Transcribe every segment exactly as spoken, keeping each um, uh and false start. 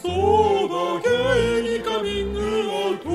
そうだゲイにカミングアウト。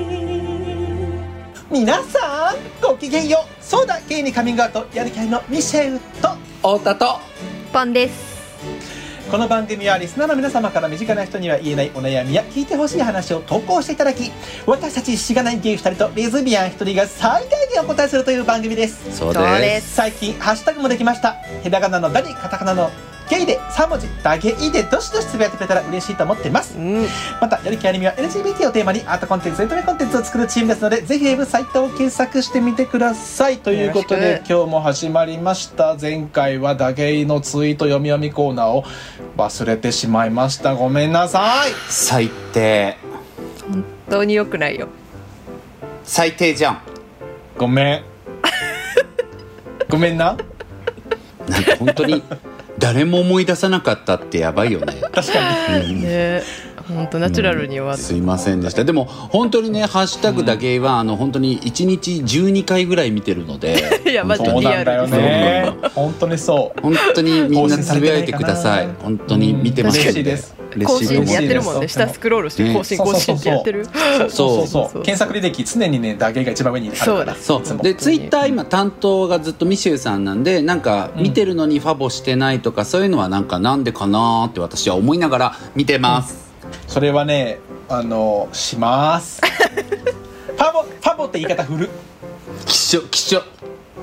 皆さんごきげんよう。そうだゲイにカミングアウトやる気ありのミシェウと太田とポンです。 この番組はリスナーの皆様から身近な人には言えないお悩みや聞いてほしい話を投稿していただき、私たちしがないゲイふたりとレズビアンひとりが最大限お答えするという番組です。 そうそうでですす。 最近ハッシュタグもできました。ひらがなのダにカタカナのゲイでさん文字だゲイでどしどしつぶやいてくれたら嬉しいと思っています。 うん、 またやる気ありみは エルジービーティー をテーマにアートコンテンツエンタメコンテンツを作るチームですので、ぜひウェブサイトを検索してみてください。ということで今日も始まりました。前回はダゲイのツイート読み読みコーナーを忘れてしまいました。ごめんなさい。 最低本当に良くないよ。 最低じゃん。 ごめんごめんな。 なんか本当に誰も思い出さなかったってやばいよね。 確かに、 うんね、本当ナチュラルに終わった、 うん、すいませんでした。でも本当にね、ハッシュタグだけは、うん、あの本当にいちにちじゅうにかいぐらい見てるのでいやマジそうなんだよね。 うん、 本当にそう本当にみんなつぶやいてください。本当に見てますので、 嬉しいです。 更新ってやってるもんね。下スクロールして更新更新ってやってる。 そうそうそう。検索履歴常にねダゲイが一番上にあるから。 そうでツイッター今担当がずっとミシェウさんなんで、なんか見てるのにファボしてないとか、そういうのはなんかなんでかなって私は思いながら見てます。 うん、それはね、あのします。ファボファボって言い方古。 きしょきしょ。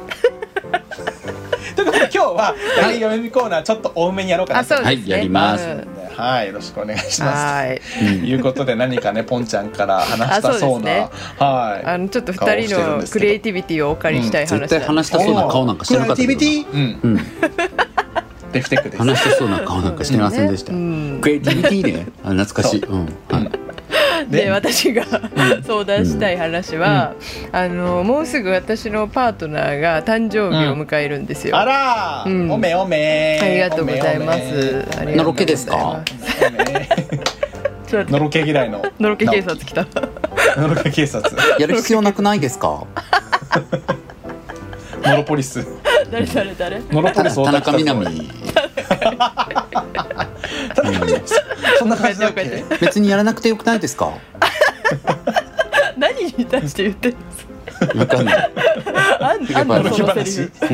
ということで今日はダゲイ読みコーナーちょっと多めにやろうかなと。 はい、 やります。 はい、よろしくお願いします。 はい。 ということで何かねポンちゃんから話したそうな、 ね、 はい。 あのちょっとふたりのクリエイティビティをお借りしたい話、うん、 絶対話したそうな顔なんかしてなかったけど。 クリエイティビティ？うん。うん。デフテックです。 話したそうな顔なんかしてませんでした。うん、クリエイティビティね。あ、懐かしい。うん。はい。 で私が相談したい話は、うん、あのもうすぐ私のパートナーが誕生日を迎えるんですよ。 うん、あら、うん、おめおめ。 ありがとうございます。 のろけですか？ のろけ嫌いののろけ警察来た。 のろけ警察やる必要なくないですか？ ノロポリス。 誰誰誰？ ノロポリス田中みなみ。 田中みなみ。そんな感じだっけ？ 別にやらなくてよくないですか？ 何に対して言ってるんですか？ わかんない。 あんあんなそのセリフ。 うん、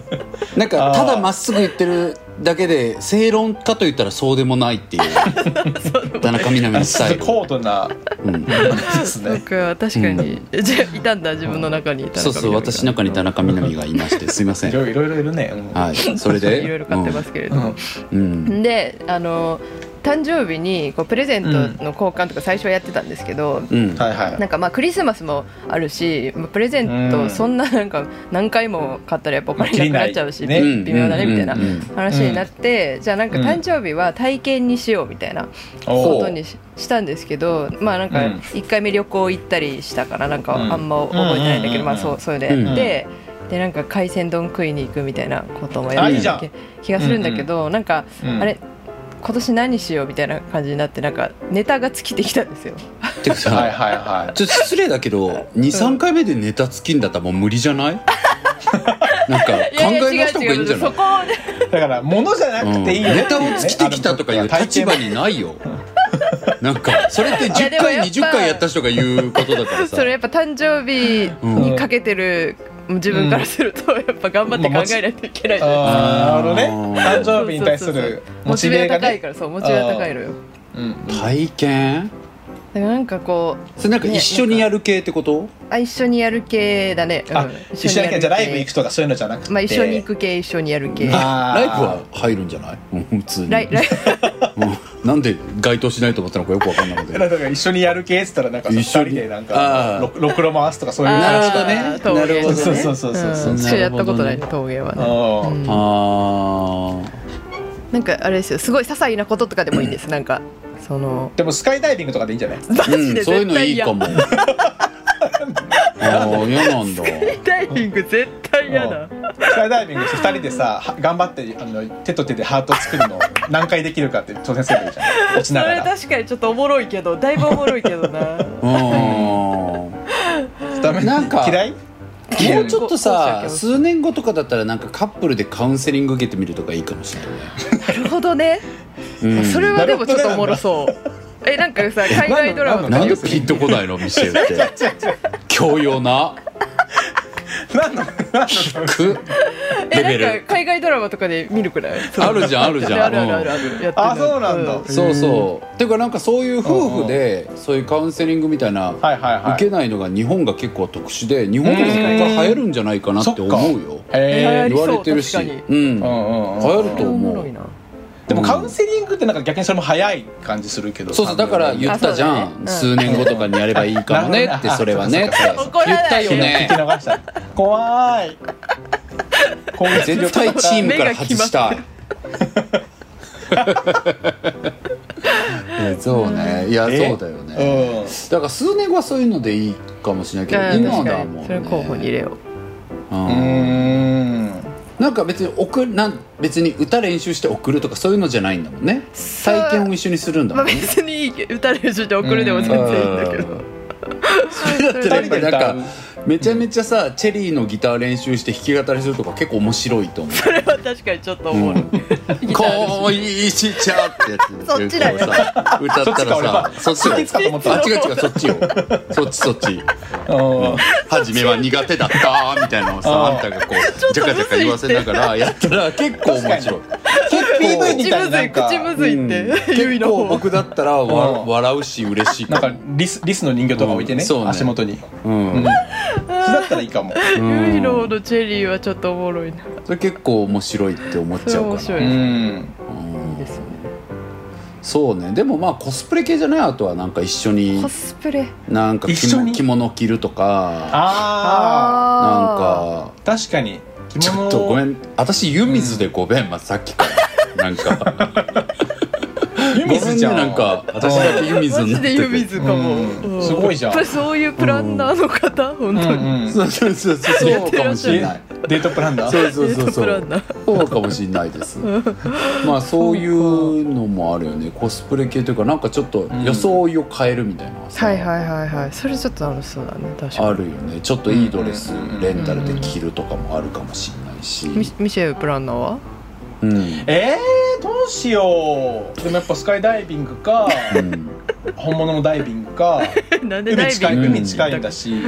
なんかただまっすぐ言ってるだけで正論かと言ったらそうでもないっていう田中みな実のスタイル。 高度な、うん、ですね。 そうか、確かに、うん、じゃあいたんだ、自分の中に田中みな実。 そうそう、私の中に田中みな実がいまして、すいません。 いろいろいるね。うん、 はい、それでいろいろ買ってますけれども、 うんうん、 で、あの誕生日にこうプレゼントの交換とか最初はやってたんですけど、うん、なんかまあクリスマスもあるし、プレゼントそんななんか何回も買ったらやっぱお金なくなっちゃうし、ね、微妙だねみたいな話になって、うん、じゃあなんか誕生日は体験にしようみたいなことに し, したんですけど、まあなんかいっかいめ旅行行ったりしたからなんかあんま覚えてないんだけど、まあそうそれでやって。でなんか海鮮丼食いに行くみたいなこともやった気がするんだけど、なんかあれ今年何しようみたいな感じになって、なんかネタが尽きてきたんですよ。 てかさ、はいはいはい、ちょっと失礼だけど に,さん 回目でネタ尽きんだったらもう無理じゃない？なんか考え直した方がいいんじゃない？ そこだから物じゃなくていいよ、 うん、ネタを尽きてきたとかいう立場にないよ。なんかそれってじゅっかいにじゅっかいやった人が言うことだからさ。 それやっぱ誕生日にかけてる、うん、自分からするとやっぱ頑張って考えないといけないじゃないですか。 なるほどね。誕生日に対するモチベが高いから、そうモチベが高いのよ。 うん、体験？ だからなんかこうそれなんか一緒にやる系ってこと？ あ、一緒にやる系だね。 うん、あ、一緒にやる系。じゃあライブ行くとかそういうのじゃなくて、 まあ、一緒に行く系、一緒にやる系。 ライブは入るんじゃない？普通に。ライライうん、なんで該当しないと思ったのかよく分かんないので。 だから一緒にやる系っつったらなんかふたりでなんかろろくろ回すとかそういう話とかね。なるほどね。 そうそうそうそうそう。 私はやったことないね、陶芸はね。ああ。なんかあれですよ、すごい些細なこととかでもいいんです。なんかそのでもスカイダイビングとかでいいんじゃない？ マジで絶対嫌、うん、 そういうのいいかも。ああ、嫌なんだ。 スカイダイビング絶対嫌だ。 スカイダイビングしてふたりでさ頑張ってあの手と手でハート作るの何回できるかって挑戦すればいいじゃん。落ちながら。 それ確かにちょっとおもろいけど、だいぶおもろいけどな。 うん。ダメなんか嫌い？ もうちょっとさ、数年後とかだったらなんかカップルでカウンセリング受けてみるとかいいかもしれないね。 なるほどね、うん、それはでもちょっとおもろそう。 えなんかさ海外ドラマとかなんでピンとこないのミシェルって教養な何の何のくレベルえなんか海外ドラマとかで見るくらいあるじゃんあるじゃんあるあるあるある、うん、やってるあそうなんだ、 うん、 そうそうていうかなんかそういう夫婦でそういうカウンセリングみたいな受けないのが日本が結構特殊で日本でもここから流行るんじゃないかなって思うよ。 へ言われてるし、うん、流行ると思う。 でもカウンセリングってなんか逆にそれも早い感じするけど、 そうそうだから言ったじゃん、ね、数年後とかにやればいいかもねってそれはねって言ったよね。 聞き逃した怖い絶対チームから外したいそうねいやそうだよね、うん、だから数年後はそういうのでいいかもしれないけど今はだもんねそれ候補に入れよう。 うーんなんか別に送るなん別に歌練習して送るとかそういうのじゃないんだもんね。体験を一緒にするんだもんね、 まあ、別にいい歌練習して送るでも全然いいんだけどそれだってやっぱりなんかめちゃめちゃさチェリーのギター練習して弾き語りするとか結構面白いと思う。 それは確かにちょっと思う、うん、 恋しちゃってやつそっちだよ歌ったらさそっちよあ違う違うそっちよそっちそっち初めは苦手だったみたいなのをさあんたがこうジャカジャカ言わせながらやったら結構面白い。 結構みたいな口むずいって、うん、 結構僕だったらわ、うん、笑うし嬉しい。 なんかリスリスの人形とか置いてね、うん、ね足元に、うんうん、それだったらいいかも。 ユイロのチェリーはちょっとおもろいな。 それ結構面白いって思っちゃうかな。 面白いですね、うん、いいですね。 そうね。でもまあコスプレ系じゃないあとはなんか一緒にコスプレなんか着物、着物着るとかあなんか確かにちょっとごめん私湯水でごめん、うんまあ、さっきからなんか湯水じゃん。 なんか私だけ湯水になっててマジで湯水かも、うん、 すごいじゃん。やっぱりそういうプランナーの方、うん、本当に、 うんうん、 そうそうそうそうかもしれない。 デートプランナーそうそうそうそうそうかもしれないですまあそういうのもあるよね。コスプレ系というかなんかちょっと装いを変えるみたいな、うん、 はいはいはいはいそれちょっと楽しそうだね。確かにあるよね。ちょっといいドレスレンタルで着るとかもあるかもしれないし、 ミ, ミシェルプランナーはうん、 えー、どうしよう。でもやっぱスカイダイビングか、うん、本物のダイビングかなんでダイビング海近い、海近いんだし、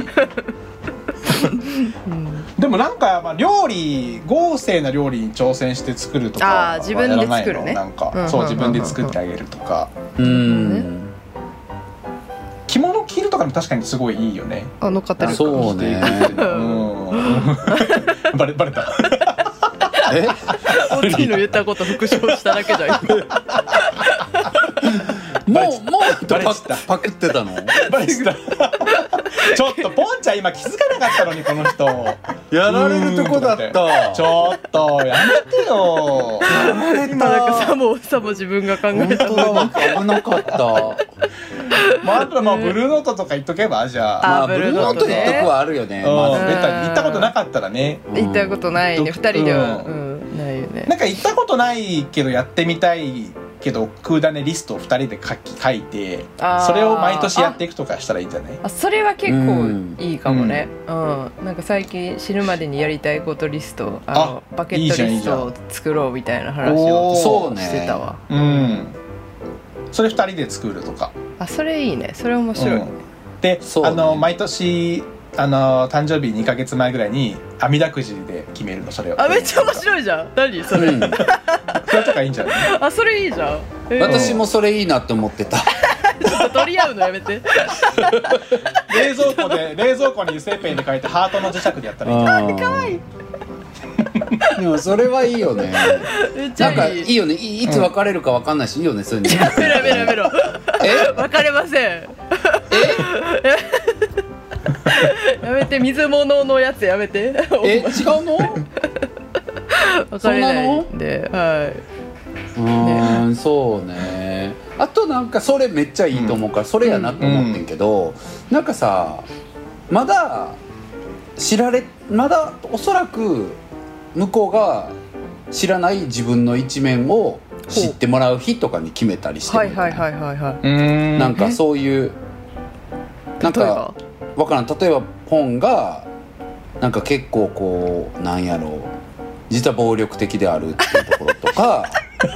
うん、でもなんかまあ料理豪勢な料理に挑戦して作るとかあ自分で作るね。 なんか、うん、そう自分で作ってあげるとか、 うん、 着物着るとかも確かにすごいいいよね。 あの方そうね、 うん、バレバレたえオッティの言ったこと復唱しただけじゃんもうもうパ, パクってたのバレたちょっとポンちゃん今気づかなかったのにこの人やられるとこだった。 ちょっとやめてよやられた。今なんかさもさも自分が考えたのに危なかったまあ、あとはまあブルーノートとか言っとけばじゃあ、 まあ、ブルーノート言っとくはあるよね、 まあ、ベタに行ったことなかったらね、 うん、行ったことないねふたりでは、うんうん、ないよね。 なんか行ったことないけどやってみたいけど空種リストをふたりで書き書いてそれを毎年やっていくとかしたらいいんじゃない？ あそれは結構いいかもね、うんうん、なんか最近死ぬまでにやりたいことリストあのあバケットリストを作ろうみたいな話をしてたわ。 そうね、うんそれふたりで作るとか。 あそれいいね。それ面白い、うん、 で、ね、あの毎年あの誕生日にかげつまえぐらいにあみだくじで決めるの。それをあめっちゃ面白いじゃん。何それ、うん、 それとかいいんじゃない？ あそれいいじゃん、 えー、私もそれいいなって思ってたちょっと取り合うのやめて冷蔵庫で冷蔵庫に油性ペンで書いてハートの磁石でやったらいいんじゃない？ かわいいでもそれはいいよね。なんかいいよね。 い, いつ別れるか分かんないし、うん、いいよね。そういうのやめろやめろやめろえ別れませんえやめて水物のやつやめてえ違うの別れないんではい。 うーん、ね、そうね。あとなんかそれめっちゃいいと思うから、うん、それやなと思ってんけど、うん、なんかさまだ知られまだおそらく向こうが知らない自分の一面を知ってもらう日とかに決めたりしてる、 はいはいはいはいはい。 なんかそういうなんかわからん。例えばポンがなんか結構こうなんやろう実は暴力的であるっていうところとか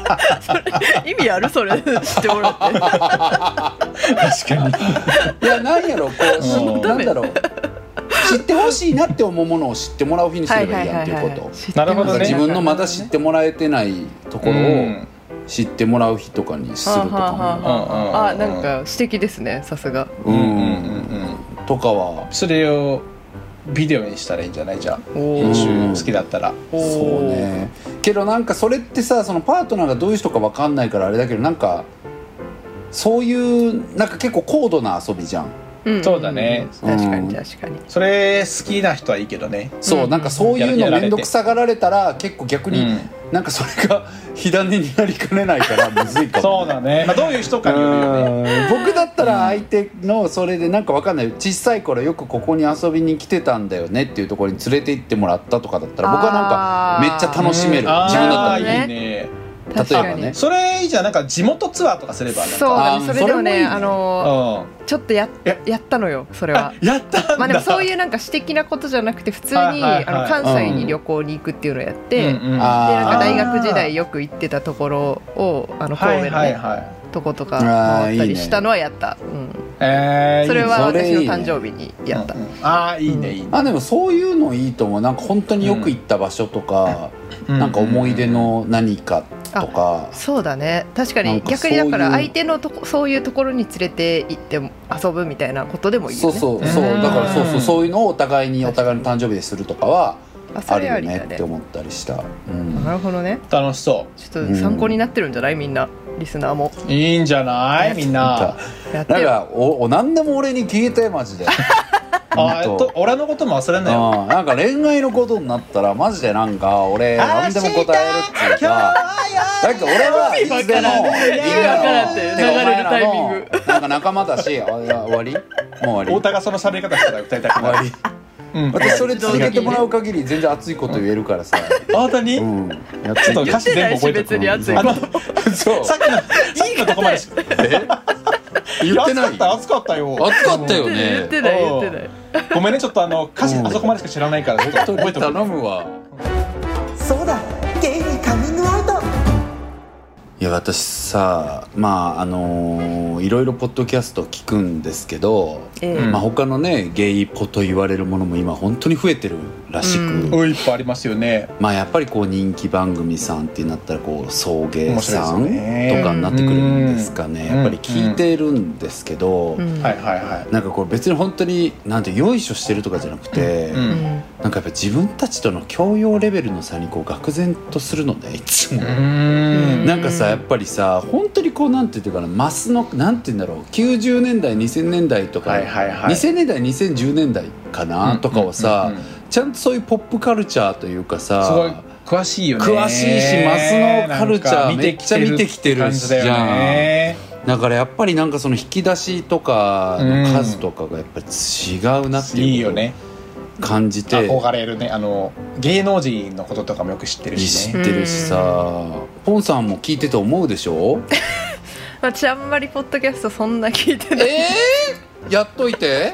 それ意味あるそれ知ってもらって確かにいやなんやろこうなんだろう知ってほしいなって思うものを知ってもらう日にすればいいやんっていうこと。 なるほどね。 自分のまだ知ってもらえてないところを知ってもらう日とかにするとかも、 あなんか素敵ですねさすが。 うんうんうんうんとかはそれをビデオにしたらいいんじゃない？じゃあ編集好きだったら。 そうね。けどなんかそれってさそのパートナーがどういう人か分かんないからあれだけどなんかそういうなんか結構高度な遊びじゃん。 うん、そうだね、 うん、確かに確かにそれ好きな人はいいけどね。 そうなんかそういうの面倒くさがられたら結構逆に、うん、なんかそれが火種になりかねないからむずいかも、ね、 そうだね、まあ、どういう人かによるよね。 僕だったら相手のそれでなんか分かんない小さい頃よくここに遊びに来てたんだよねっていうところに連れて行ってもらったとかだったら僕はなんかめっちゃ楽しめる、うん、自分だったらいいね。 例えばねそれいいじゃん。なんか地元ツアーとかすればなんかそうだね。それでもねあのーうん、ちょっと や, やったのよそれは。 やったんだ。 まあでもそういうなんか私的なことじゃなくて普通に、はいはいはい、あの関西に旅行に行くっていうのをやって、うんうん、でなんか大学時代よく行ってたところをあの神戸のね、はいはいはい、とことか回ったりしたのはやった。うん、えー、それは私の誕生日にやった。 いいね、うんうん、ああいいねいいね。 あでもそういうのいいと思う。なんか本当によく行った場所とか、うん、なんか思い出の何かとか、 そうだね確かに。逆にだから相手のとこそういうところに連れて行って遊ぶみたいなことでもいいよね。 そうそうそうだからそうそうそういうのをお互いにお互いの誕生日でするとかはあるよねって思ったりした、うん、 なるほどね。 楽しそう。 ちょっと参考になってるんじゃないみんなリスナーも。 いいんじゃないみんな。 なんかおお何でも俺に聞いてマジであと俺のことも忘れんなよ。 なんか恋愛のことになったらマジでなんか俺何でも答えるっていうかだけど俺はいつでもみんなの流れるタイミングなんか仲間だし終わりもう終わり。 太田がその喋り方したら歌いたくなる。終わりうん、私それ続けてもらう限り全然熱いこと言えるからさ。 本当に、うん、 やちょっと歌詞全部覚えてる。 熱いことそうさっきのいいのとこまでしえ言ってない。 熱かったよ。 熱かったよね。 言ってない言ってない。 ごめんねちょっとあの歌詞あそこまでしか知らないからちょっと覚えて頼むわ。 そうだゲイにカミングアウト。 いや私さまああのー、いろいろポッドキャスト聞くんですけど、えーまあ、他のねゲイポと言われるものも今本当に増えてるらしく、 うん、いっぱいありますよね。 まあやっぱりこう人気番組さんってなったらこう送迎さんとかになってくるんですかね、うん、やっぱり聞いてるんですけど、うん、なんかこう別に本当になんてよいしょしてるとかじゃなくて、うん、なんかやっぱ自分たちとの教養レベルの差にこう愕然とするのねいつも。うんなんかさやっぱりさ本当にこうなんていうかなマスのなんていうんだろうきゅうじゅうねんだいにせんねんだいとか、はいはいはい、にせんねんだいにせんじゅうねんだいかな、うん、とかをさ、うんうんうん、ちゃんとそういうポップカルチャーというかさすごい詳しいよね。 詳しいしマスのカルチャーめっちゃ見てきてるじゃん。だからやっぱりなんかその引き出しとかの数とかがやっぱり違うなっていうことを感じて、 うん、いいよね。憧れるね。あの芸能人のこととかもよく知ってるしね。知ってるしさポンさんも聞いてて思うでしょ私あんまりポッドキャストそんな聞いてない。 えー、やっといて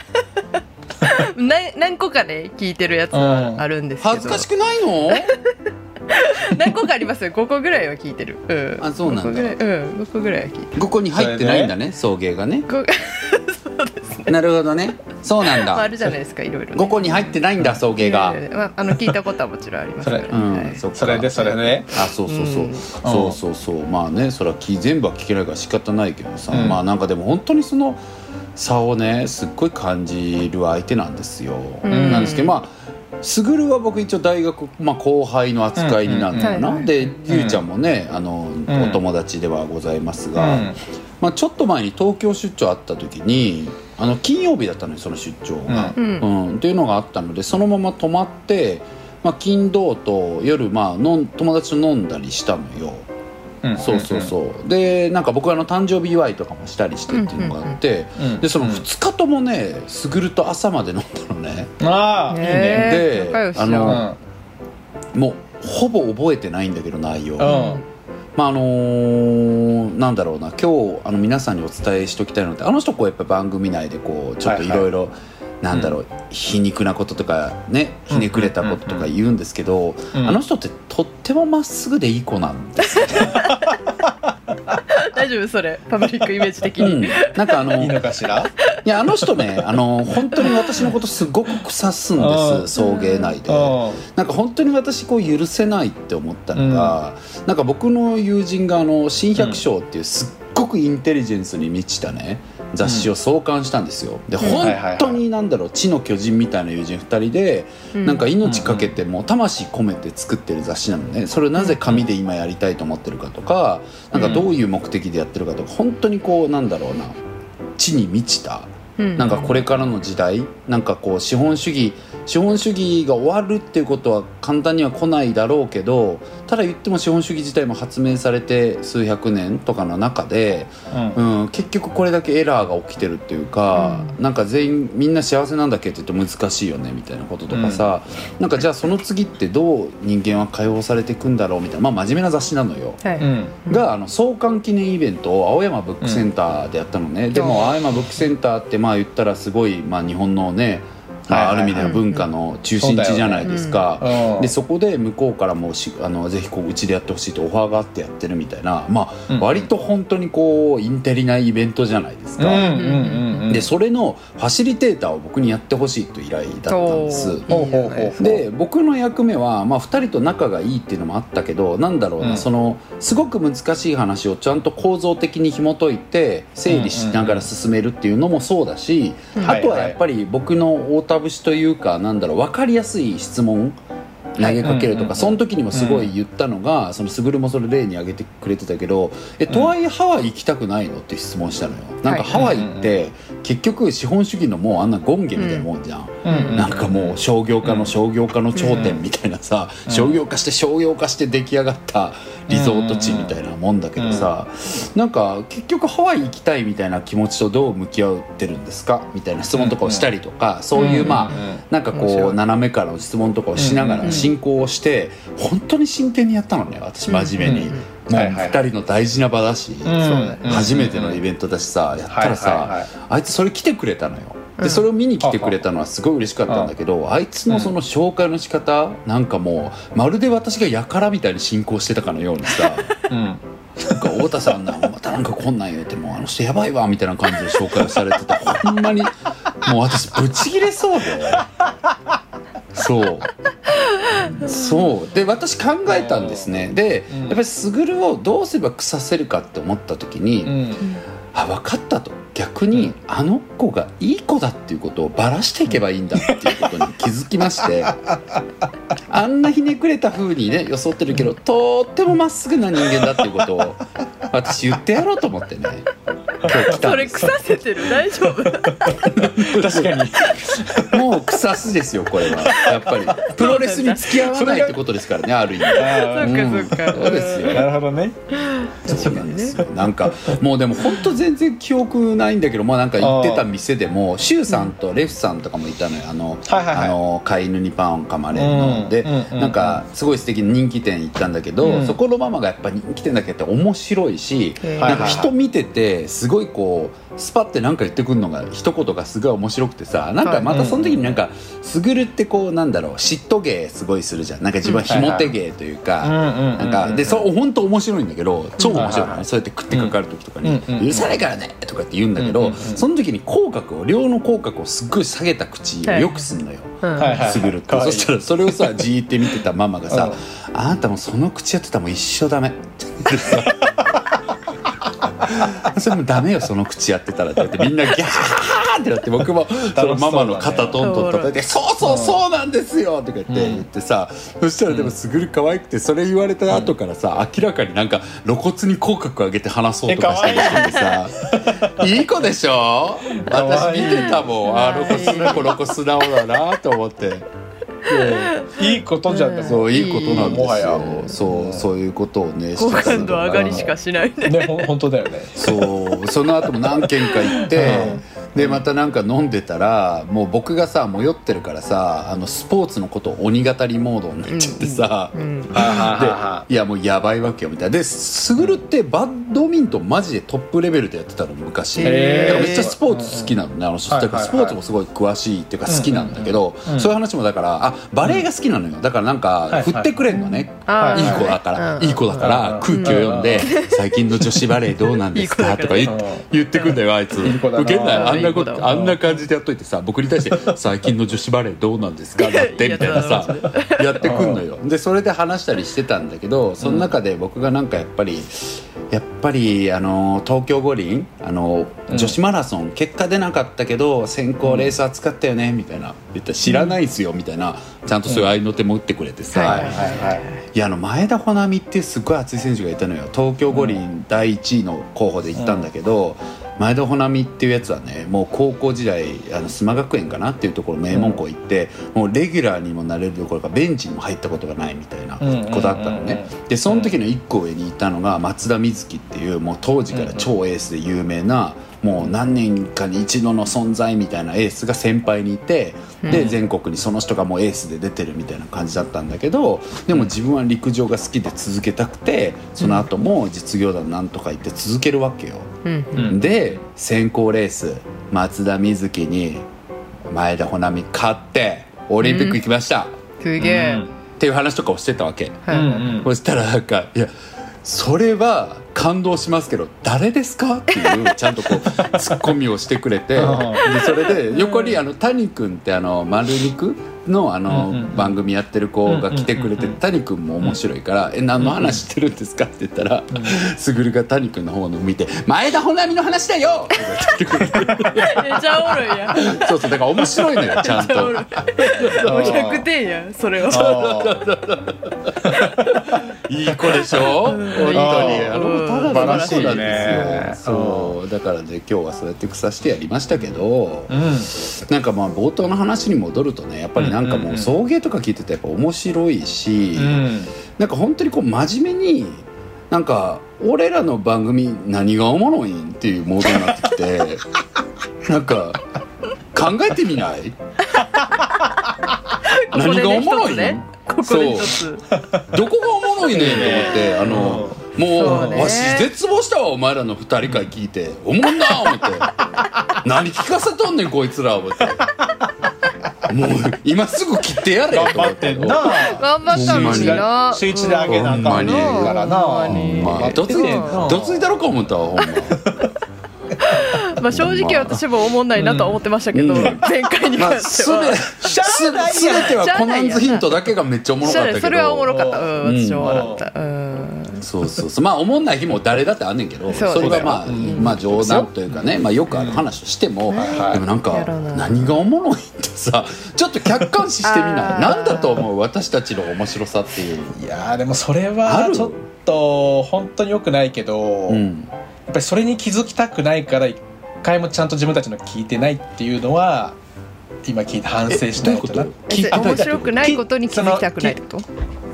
何個かね聞いてるやつはあるんですけど、 恥ずかしくないの何個かありますよ。ごこぐらいは聞いてる、うん、 あそうなんだ。 ごこぐらい、うん、ごこぐらいは聞いてる。 ごこに入ってないんだね送迎がね。 そうですね。 なるほどね。そうなんだ。 あるじゃないですかいろいろ、ね、 ごこに入ってないんだ送迎が、 まあ、あの聞いたことはもちろんありますから、ねそれ、うんはい、 そ, それでそれであそうそうそう、うん、そうそうそうまあねそれは全部は聞けないから仕方ないけどさ、うん、まあなんかでも本当にその差をねすっごい感じる相手なんですよ、うん、なんですけどまあすぐるは僕一応大学、まあ、後輩の扱いになるのかな、うんうん、でゆうちゃんもねあの、うん、お友達ではございますが、うんまあ、ちょっと前に東京出張あった時にあの金曜日だったのよその出張が、うんうん、っていうのがあったのでそのまま泊まって、まあ、金土と夜、まあ、の友達と飲んだりしたのよ、うん、そうそうそうでなんか僕はあの誕生日祝いとかもしたりしてっていうのがあって、うんうんうん、でそのふつかともねすぐると朝まで飲んだのね。 ああいいね。 であの、うん、もうほぼ覚えてないんだけど内容、うんまああのー、なんだろうな今日あの皆さんにお伝えしておきたいのってあの人こうやっぱ番組内でこうちょっといろいろなんだろう、うん、皮肉なこととかねひねくれたこととか言うんですけど、うんうんうん、あの人ってとってもまっすぐでいい子なんですよ大丈夫それパブリックイメージ的に、うん、 なんかあのいいのかしら。 いやあの人ねあの本当に私のことすごく腐すんです送迎内で。なんか本当に私こう許せないって思ったのが、うん、なんか僕の友人があの新百姓っていうすっごくインテリジェンスに満ちたね雑誌を創刊したんですよ。で本当になんだろう知の巨人みたいな友人ふたりでなんか命かけても魂込めて作ってる雑誌なのね。それをなぜ紙で今やりたいと思ってるかとかなんかどういう目的でやってるかとか本当にこうなんだろうな知に満ちたなんかこれからの時代なんかこう資本主義資本主義が終わるっていうことは簡単には来ないだろうけどただ言っても資本主義自体も発明されて数百年とかの中で、うんうん、結局これだけエラーが起きてるっていうか、うん、なんか全員みんな幸せなんだっけって言うと難しいよねみたいなこととかさ、うん、なんかじゃあその次ってどう人間は解放されていくんだろうみたいな、まあ、真面目な雑誌なのよ、はい、があの創刊記念イベントを青山ブックセンターでやったのね、うん、でも青山ブックセンターってまあ言ったらすごい、まあ、日本のねまあ、ある意味では文化の中心地じゃないですか。でそこで向こうからもしあのぜひこううちでやってほしいとオファーがあってやってるみたいな、まあ、割と本当にこうインテリなイベントじゃないですか。でそれのファシリテーターを僕にやってほしいと依頼だったんです。で僕の役目は、まあ、ふたりと仲がいいっていうのもあったけどなんだろうな、うん、そのすごく難しい話をちゃんと構造的に紐解いて整理しながら進めるっていうのもそうだし、あとはやっぱり僕の太田節というかなんだろう分かりやすい質問投げかけるとか、その時にもすごい言ったのが、そのスグルもそれ例に挙げてくれてたけど、えとはいえハワイ行きたくないのって質問したのよ。なんかハワイって結局資本主義のもうあんなゴンゲみたいなもんじゃん。なんかもう商業化の商業化の頂点みたいなさ、商業化して商業化して出来上がったリゾート地みたいなもんだけどさ、なんか結局ハワイ行きたいみたいな気持ちとどう向き合ってるんですかみたいな質問とかをしたりとか、そういうまあなんかこう斜めからの質問とかをしながら進行をして本当に真剣にやったのね、私真面目に。もうふたりの大事な場だし、初めてのイベントだしさ、やったらさあいつそれ来てくれたのよ。でそれを見に来てくれたのはすごい嬉しかったんだけど、あいつのその紹介の仕方なんかもうまるで私が輩みたいに進行してたかのようにさ、うん、なんか太田さんなまたなんかこんなん言うてもあの人やばいわみたいな感じで紹介をされてて、ほんまにもう私ブチギレそうでそうそうで私考えたんですね。でやっぱりスグルをどうすれば腐せるかって思った時に、うん、あ分かったと、逆にあの子がいい子だっていうことをバラしていけばいいんだっていうことに気づきましてあんなひねくれた風にね装ってるけどとってもまっすぐな人間だっていうことを私言ってやろうと思ってね今日来たんです。 それ腐せてる大丈夫確かにもう腐すですよこれはやっぱりプロレスに付き合わないってことですからね、ある意味。 そうかそうか、 そうですよ。 なるほどね。 そうなんですよ。なんかもうでも本当全然記憶ないんだけど、まあなんか行ってた店でもシュウさんとレフさんとかもいたのよ。あの、はいはいはい、あの飼い犬にパンを噛まれるの、うん、で、うん、なんかすごい素敵な人気店行ったんだけど、うん、そこのママがやっぱ人気店だけって面白いし、うん、なんか人見ててすごいこうスパってなんか言ってくるのが一言がすごい面白くてさ、なんかまたその時になんかスグルってこうなんだろう嫉妬芸すごいするじゃん。なんか自分はひも手芸というか、なんかでそう本当面白いんだけど超面白いのね。そうやって食ってかかる時とかに許さないからねとかって言うんだけど、その時に口角を両の口角をすっごい下げた口をよくすんのよ、スグルって。そしたらそれをさじーって見てたママがさ「あなたもその口やってたらもう一生ダメ」ってさそれもダメよその口やってたらって言ってみんなギャーってなって、僕もそのママの肩トントン叩いて「そうそうそうなんですよ」とか言って言ってさ、そしたらでもすぐる可愛くて、それ言われた後からさ明らかになんか露骨に口角上げて話そうとかしてる人でさいい子でしょ。私見てたもん、あの子素直この子素直だなと思って。 いいことじゃん。 そういいことなんですよ。そうそういうことをね好感度上がりしかしないね。 ね本当だよね。 そうその後も何軒か行って、でまたなんか飲んでたらもう僕がさもう酔ってるからさ、あのスポーツのことを鬼語りモードになっちゃってさ、でいやもうやばいわけよみたいな。でスグルってバッドミントンマジでトップレベルでやってたの昔。だからめっちゃスポーツ好きなのね、あの人。だからスポーツもすごい詳しいっていうか好きなんだけど、そういう話もだからあバレエが好きなのよ。だからなんか振ってくれんのね、いい子だからいい子だから空気を読んで最近の女子バレエどうなんですかとか言ってくんだよあいつ。ウケんない。あんなことあんな感じでやっといてさ、僕に対して最近の女子バレエどうなんですかだってみたいなさやってくんのよ。でそれで話したりしてたんだけど、その中で僕がなんかやっぱりやっぱりあの東京五輪あの女子マラソン結果出なかったけど選考レース扱ったよねみたいな言ったら知らないっすよみたいな、ちゃんとそういう合いの手も打ってくれてさ、いやあの前田穂波っていうすごい熱い選手がいたのよ。東京五輪だいいちいの候補で行ったんだけど、前田穂波っていうやつはね、もう高校時代あの須磨学園かなっていうところ名門校行って、うん、もうレギュラーにもなれるどころかベンチにも入ったことがないみたいな子だったのね。でその時のいっこ上にいたのが松田瑞生っていうもう当時から超エースで有名な、もう何年かに一度の存在みたいなエースが先輩にいて、で全国にその人がもうエースで出てるみたいな感じだったんだけど、でも自分は陸上が好きで続けたくて、その後も実業団なんとか行って続けるわけよ。で選考レース松田瑞生に前田穂波勝ってオリンピック行きました、 うん、すげえっていう話とかをしてたわけ、 うんうん、 そしたらなんかいやそれは感動しますけど誰ですかっていうちゃんとこうツッコミをしてくれてでそれで横にあの谷君ってあの丸肉のあの番組やってる子が来てくれて、谷君も面白いからえ何の話してるんですかって言ったらすぐるが谷君の方を見て前田穂波の話だよって言ってくれてめっちゃおもろいやんそうそうだから面白いのよちゃんともうひゃくてんやんそれはいい子でしょ本当にあのただの子なんですよ。そうだからね今日はそうやって草してやりましたけど、うん、なんかまあ冒頭の話に戻るとねやっぱりなんかもう送迎とか聞いててやっぱ面白いし、うん、なんか本当にこう真面目になんか俺らの番組何がおもろいんっていうモードになってきてなんか考えてみない何がおもろいんここで一つどこがおもろいねんと思ってあのもうわし絶望したわお前らの二人会聞いておもんな思って何聞かせとんねんこいつら思ってもう今すぐ切ってやれと思って頑張ってんな頑張ったのにな週一であげなあかんからなほんまどついどついたろか思ったわほんままあ正直私も思んないなとは思ってましたけど、うん、前回に関しては、まあ、 すべてはコナンズヒントだけがめっちゃおもろかったけどそれはおもろかった、うん、私も笑った、うん、 そうそうそうまあおもんない日も誰だってあんねんけど そ, それがまあ、うん、まあ冗談というかね、まあ、よくある話としても、うん、でもなんか何がおもろいってさちょっと客観視してみないなんだと思う私たちの面白さっていう。 いやでもそれはちょっと本当に良くないけど、うん、やっぱりそれに気づきたくないから一回もちゃんと自分たちの聞いてないっていうのは今聞いて反省しないとな。 面白くないことに気づきたくないってこと？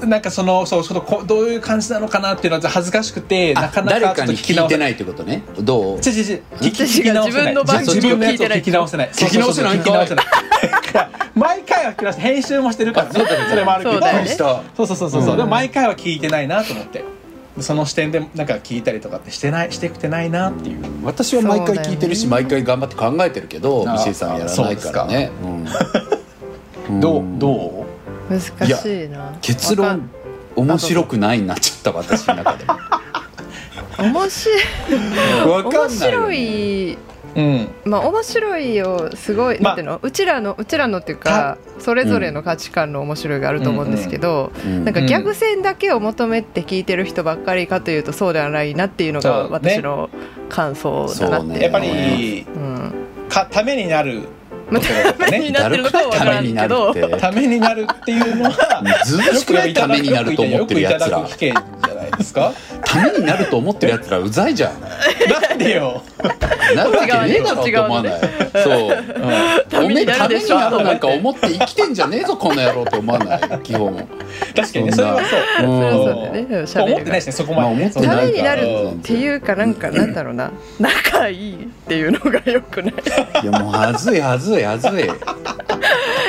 なんかそのそうそのどういう感じなのかなっていうのは恥ずかしくてなかなか誰かに聞いてないってことね。どう？ 違う違う違う聞き直せない。自分の番組を聞いてない。聞き直せない。 聞き直せない。聞き直せない。 毎回は聞き直して編集もしてるからね。それもあるけど。そうそうそうそうそう。でも毎回は聞いてないなと思って。その視点でなんか聞いたりとかってしてないしてきてないなっていう。 私は毎回聞いてるし、ね、毎回頑張って考えてるけどミシェさんやらないからね。 うん、どうどう難しいな。 結論面白くないになっちゃった私の中でも。 面白い。わかんない。面白い。うん、まあ面白いよすごい、ま、なんていうのうちらのうちらのっていうかそれぞれの価値観の面白いがあると思うんですけど、うんうん、なんかギャグ線だけを求めて聞いてる人ばっかりかというとそうではないなっていうのが私の感想だなって、ねね、やっぱり、うん、かためになるまあ、ためになってるのかは分からんけどためになるっていうのはずっとくらいためになると思ってるやつらためになると思ってるやつらうざいじゃんなんでよなるわけねえだろって思わない。そう、うん、おめえためになるなんか思って生きてんじゃねえぞこの野郎って思わない基本。 確かにねそれはそう、うん、それはそうだよね。思ってないですねそこまで、ね、 ためになるっていうかなんかなんだろうな仲いいっていうのがよくない。 いやもうはずいはずいはずい。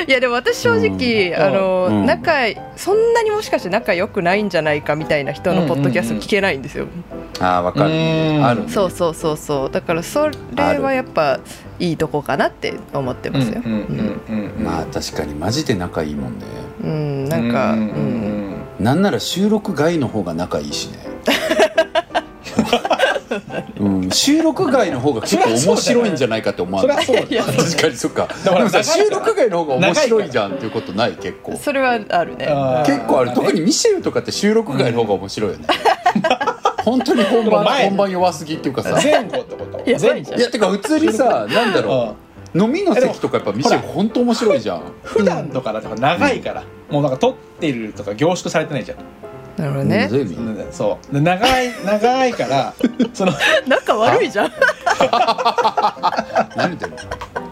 いやでも私正直、うん、あの、うん、仲そんなにもしかして仲良くないんじゃないかみたいな人のポッドキャスト聞けないんですよ、うんうんうん、ああ分かる、ある、 そうそうそうそう、だからそれはやっぱいいとこかなって思ってますよ。 まあ確かにマジで仲いいもんね。 うんなんか、うんうん、 なんなら収録外の方が仲いいしねうん、収録外の方が結構面白いんじゃないかって思わない。 そりゃそうだ確かにそっか。でもさ収録外の方が面白いじゃんっていうことない？結構それはあるね。 結構ある。特にミシェルとかって収録外の方が面白いよね、うん、本当に本番本番弱すぎっていうかさ前後ってこと？ いや前後いやてか普通にさなんだろう、飲みの席とかやっぱミシェル本当面白いじゃん。 普段とかだと長いから、うん、もうなんか撮ってるとか凝縮されてないじゃん。 なるほどね。 そう長い長いからその仲悪いじゃん何言ってんの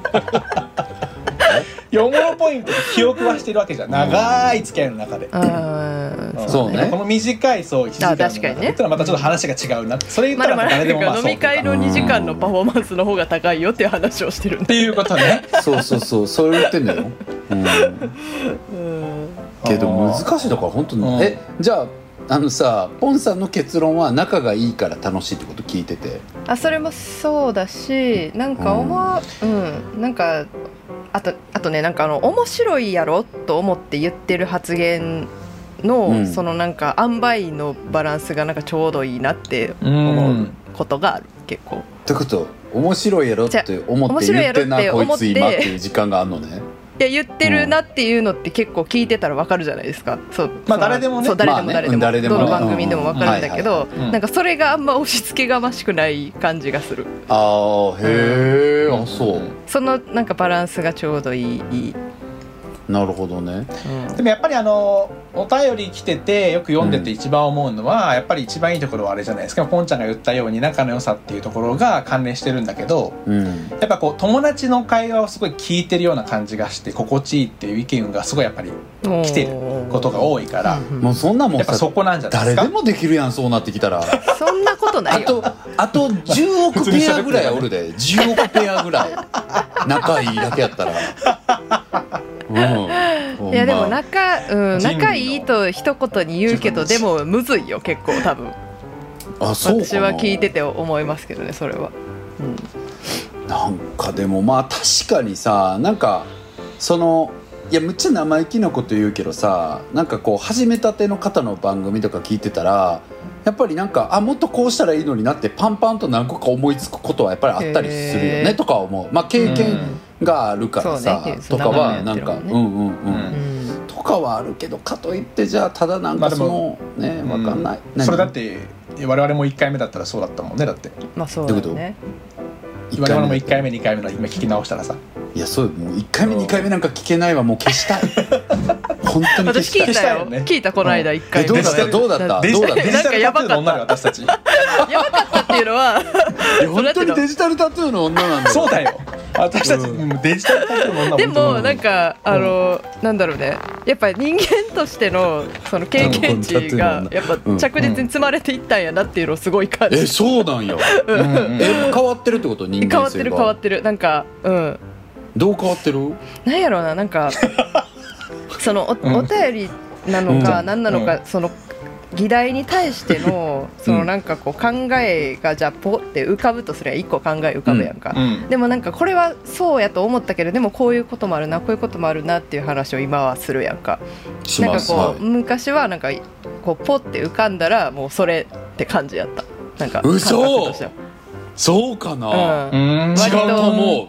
よもろポイントで記憶はしてるわけじゃん、長い付き合いの中で。 あ、うん、そうね。 この短いそういちじかんの中で言ったらまたちょっと話が違うな、それ言ったら誰でもまあそう、 飲み会のにじかんのパフォーマンスの方が高いよっていう話をしてるっていうことねそうそうそう、そう言ってんだよ、うん、うんけど難しいだから本当に、うん、えじゃああのさポンさんの結論は仲がいいから楽しいってこと聞いてて、 あそれもそうだし、なんか思う、うん、うん、なんかあとあとねなんかあの面白いやろと思って言ってる発言の、うん、そのなんか塩梅のバランスがなんかちょうどいいなって思うことがある、結構。 ってこと面白いやろって思って言ってなこいつ今っていう時間があるのね。 いや言ってるなっていうのって結構聞いてたら分かるじゃないですか。そう、 まあ誰でもね、 そう誰でも誰でも、 まあね、 どの番組でも分かるんだけど、なんかそれがあんま押し付けがましくない感じがする。 ああへえ、うん、あそう。 そのなんかバランスがちょうどいい。いいなるほどね、 うん、でもやっぱりあのお便り来ててよく読んでて一番思うのは、うん、やっぱり一番いいところはあれじゃないですか、ポンちゃんが言ったように仲の良さっていうところが関連してるんだけど、うん、やっぱこう友達の会話をすごい聞いてるような感じがして心地いいっていう意見がすごいやっぱり来てることが多いから、 もうそんなもんやっぱそこなんじゃないですか。 誰でもできるやん、そうなってきたらそんなことないよ。 あとあとじゅうおくペアぐらいおるでじゅうおくペアぐらい仲いいだけやったらうん、 いやでも仲、うん、仲いいと一言に言うけどでもむずいよ結構多分。 あ、そうかな。 私は聞いてて思いますけどねそれは、 うん、なんかでもまあ確かにさ、なんかそのいやむっちゃ生意気なこと言うけどさ、なんかこう始めたての方の番組とか聞いてたらやっぱりなんかあもっとこうしたらいいのになってパンパンと何個か思いつくことはやっぱりあったりするよねとか思う。まあ経験があるからさ、うん、とかはなんか、ね、うんうんうん、うん、とかはあるけど、かといってじゃあただなんかその、まあ、ね分かんない、 うん、それだって我々もいっかいめだったらそうだったもんね。だってまあそうだね、 我々もいっかいめにかいめの今聞き直したらさ、 いやそうもういっかいめにかいめなんか聞けないわ、もう消したい本当に消したい。 私聞いたよ、ね、聞いたこの間いっかいめ。 どうだったどうだったデジタルなんかやばかった女私たちやばかったっていうのは本当にデジタルタトゥーの女なんだよ。 そうだよ私たち、うん、デジタルタトゥーの女。 でもなんかあの、うん、なんだろうね、やっぱり人間としてのその経験値がやっぱ着実に積まれていったんやなっていうのをすごい感じ、 うん、えそうなんや、うんうん、え変わってるってこと？人間性が変わってる変わってる。なんかうんどう変わってる？ なんやろうな、なんかその お, お便りなのか何なのか、うん、その議題に対してのそのなんかこう考えがじゃあポって浮かぶとすれば一個考え浮かぶやんか、うんうん、でもなんかこれはそうやと思ったけどでもこういうこともあるなこういうこともあるなっていう話を今はするやんか。なんかこう、はい、昔はなんかこうポって浮かんだらもうそれって感じやった。なんか感覚としてはそうかな、うん、違うと思う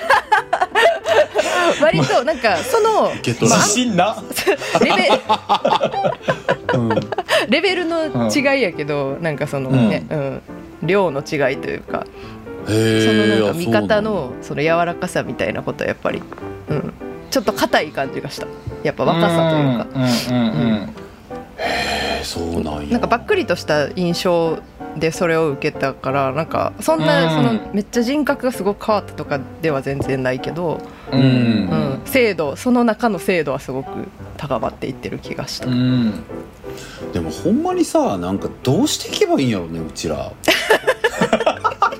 割となんかその自信なレベ、うん、レベルの違いやけど、うん、なんかそのね、うん、量の違いというか、そのなんか見方のその柔らかさみたいなことはやっぱり、うん、ちょっと硬い感じがした。やっぱ若さというか、うんうんうんうん、 へーそうなんや。 なんかばっくりとした印象でそれを受けたから、なんかそんなそのめっちゃ人格がすごく変わったとかでは全然ないけど、うんうん、精度その中の精度はすごく高まっていってる気がした。うん、 でもほんまにさ、なんかどうしていけばいいんやろうねうちら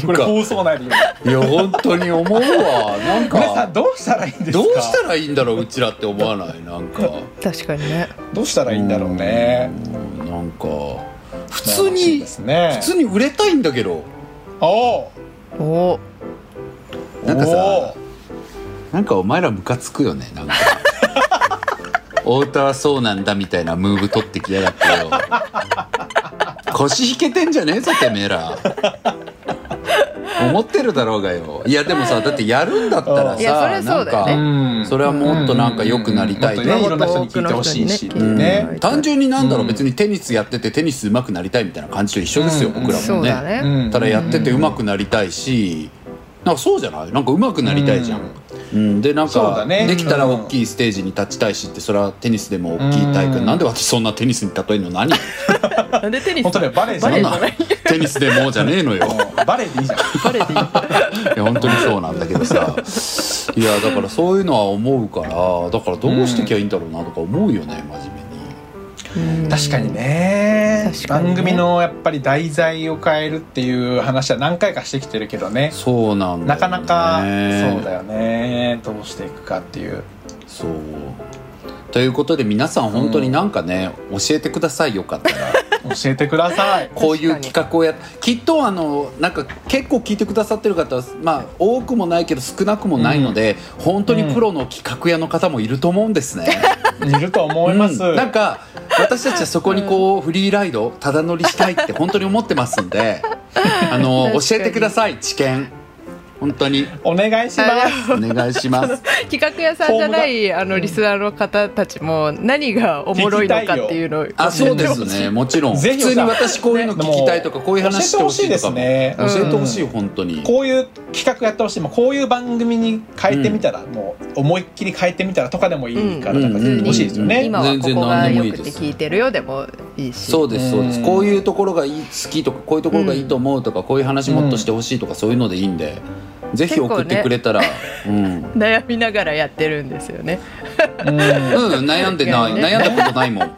これ放送内で言う。いや本当に思うわ。なんか皆さんどうしたらいいんですか。 どうしたらいいんだろううちらって思わない？なんか確かにね。 どうしたらいいんだろうね。 うんなんか普通に、ね、普通に売れたいんだけど。 おお。 なんかさ、なんかお前らムカつくよね。なんか太田はそうなんだみたいなムーブ取ってきやがってよ。腰引けてんじゃねえぞてめえら。思ってるだろうがよ。いやでもさ、だってやるんだったらさ、なんかそれはもっとなんか良くなりたいって、 ね、いろんな人に聞いてほしいしね、 うん、単純になんだろう、別にテニスやっててテニス上手くなりたいみたいな感じと一緒ですよ、僕らも ね, ねただやってて上手くなりたいし、なんかそうじゃない、なんか上手くなりたいじゃん、うん、でなんか、ね、できたら大きいステージに立ちたいしって、それはテニスでも大きい大会、なんで私そんなテニスに例えるの？何なんでテニス？ 本当にバレーじゃないテニスでもじゃねえのよ。 バレーでいいじゃん。バレーでいい。 いや本当にそうなんだけどさ、いやだからそういうのは思うから、だからどうしてきゃいいんだろうなとか思うよね、真面目に。 確かにね、番組のやっぱり題材を変えるっていう話は何回かしてきてるけどね。 そうなんだよね、 なかなかそうだよね、どうしていくかっていう。 そうということで皆さん本当になんかね、うん、教えてください、よかったら教えてください。 こういう企画をやっきっとあのなんか結構聞いてくださってる方は、まあ、多くもないけど少なくもないので、うん、本当にプロの企画屋の方もいると思うんですね、 うん、いると思います、 うん、なんか私たちはそこにこうフリーライドただ乗りしたいって本当に思ってますんであの教えてください、知見本当にお願いしますお願いします企画屋さんじゃないあのリスナーの方たちも何がおもろいのかっていうのを、 あ、そうですね、もちろん普通に私こういうの聞きたいとか、こういう話してほしいとかも教えてほしい、本当にこういう企画やってほしい、こういう番組に変えてみたら、うん、もう思いっきり変えてみたらとかでもいいから、なんか言ってほしいですよね、うん、 今はここがよくて聞いてるよでもいいし、 そうですそうです、こういうところがいい好きとか、こういうところがいいと思うとか、こういう話もっとしてほしいとか、そういうのでいいんでぜひ送ってくれたら、ね、うん、 悩みながらやってるんですよね。 うん、うん、悩んでない、悩んだことないもん。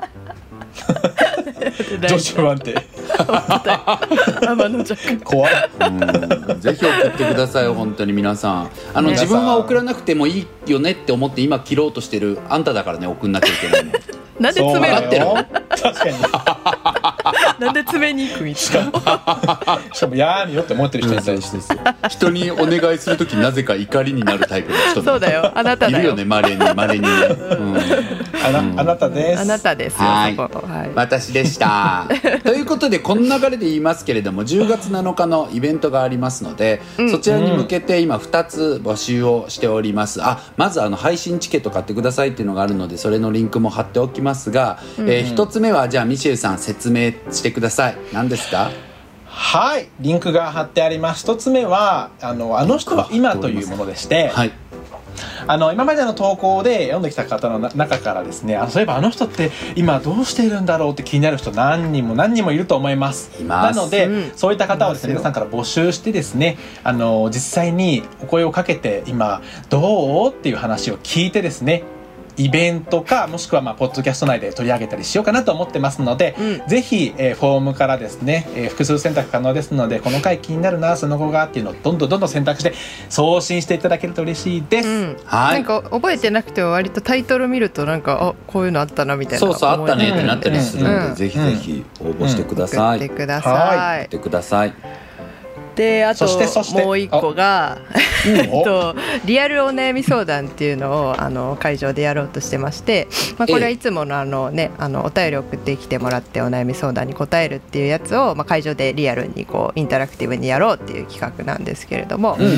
女子不安定。 天の弱。 怖い。 うん、ぜひ送ってください、本当に皆さん。あの、ね、自分は送らなくてもいいよねって思って今切ろうとしてるあんただからね、送んなきゃいけないの。 なんで詰めるの？ 確かに。 なんで詰めに行くみたいな。しかもやーによって思ってる人に対してですよ。 人にお願いするときなぜか怒りになるタイプの人。 そうだよ、あなただよ。 いるよね、稀に稀にね。うん、 あな、うん、あなたです。 あなたですよ。 はい、 そこ、はい、 私でした。ということでこの流れで言いますけれども、じゅうがつなのかのイベントがありますので、うん、そちらに向けて今ふたつ募集をしております。あ、まずあの配信チケット買ってくださいっていうのがあるので、それのリンクも貼っておきますが、うん、えー、ひとつめはじゃあミシェルさん説明してください。何ですか？ はい、リンクが貼ってあります。ひとつめはあの、あの人は今というものでして、はい、あの今までの投稿で読んできた方の中からですね、あのそういえばあの人って今どうしているんだろうって気になる人何人も何人もいると思います。 います。 なので、うん、そういった方をですね、 す皆さんから募集してですね、あの実際にお声をかけて今どうっていう話を聞いてですね、イベントかもしくはまあポッドキャスト内で取り上げたりしようかなと思ってますので、うん、ぜひ、えー、フォームからですね、えー、複数選択可能ですので、この回気になるな、その後がっていうのをどんどんどんどん選択して送信していただけると嬉しいです、うん、 はい、なんか覚えてなくても割とタイトル見るとなんか、あ、こういうのあったなみたいな、 そうそうあったねってなったりするので、うん、ぜひぜひ応募してください、 うん、送ってください、 送ってください。 で、あともう一個がえっとリアルお悩み相談っていうのをあの会場でやろうとしてまして、まあ、これはいつものあの、ね、あのお便り送ってきてもらってお悩み相談に答えるっていうやつを、まあ、会場でリアルにこうインタラクティブにやろうっていう企画なんですけれども、うん、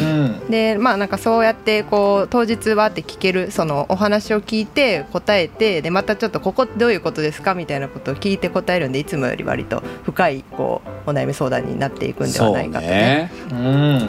で、まあ、なんかそうやってこう当日はって聞ける、そのお話を聞いて答えて、でまたちょっとここどういうことですかみたいなことを聞いて答えるんで、いつもより割と深いこうお悩み相談になっていくんではないかとね、うん、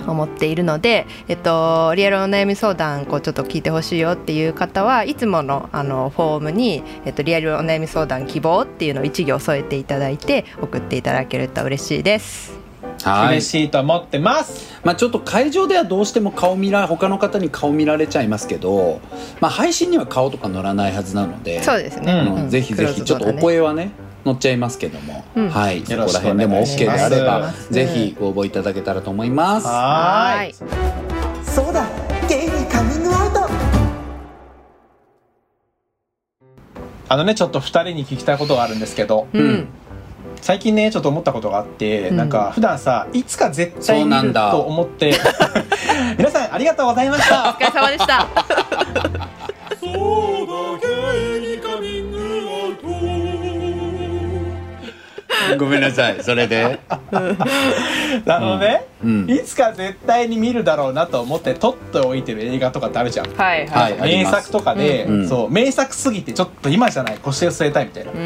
思っているので、えっと、リアルお悩み相談こうちょっと聞いてほしいよっていう方はいつも の, あのフォームに、えっと、リアルお悩み相談希望っていうのを一行添えていただいて送っていただけると嬉しいです。 はい、嬉しいと思ってます。 まあ、ちょっと会場ではどうしても顔見ら他の方に顔見られちゃいますけど、まあ、配信には顔とか載らないはずなので、 そうですね、 うん、ぜひぜひちょっとお声はね、 載っちゃいますけども、 うん、 はい、そこら辺でも OK であればぜひご応募いただけたらと思います。 はい、 そうだ、ゲイにカミングアウト。 あのね、ちょっとふたりに聞きたいことがあるんですけど、うん、最近ねちょっと思ったことがあって、うん、なんか普段さいつか絶対見ると思って皆さんありがとうございました。 お疲れ様でしたそうだ、ゲイにカミングアウト。 ごめんなさい、それであのね、うんうん、いつか絶対に見るだろうなと思って撮っておいてる映画とかってあるじゃん。 はいはい、 名作とかで、 うん、 そう名作すぎてちょっと今じゃない腰を据えたいみたいな、うん、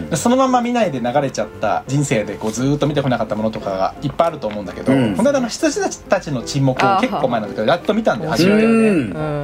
そのまま見ないで流れちゃった人生でこうずーっと見てこなかったものとかがいっぱいあると思うんだけど、うん、この間の羊たちの沈黙を結構前なんだけどやっと見たんで、 面白いよね、うん、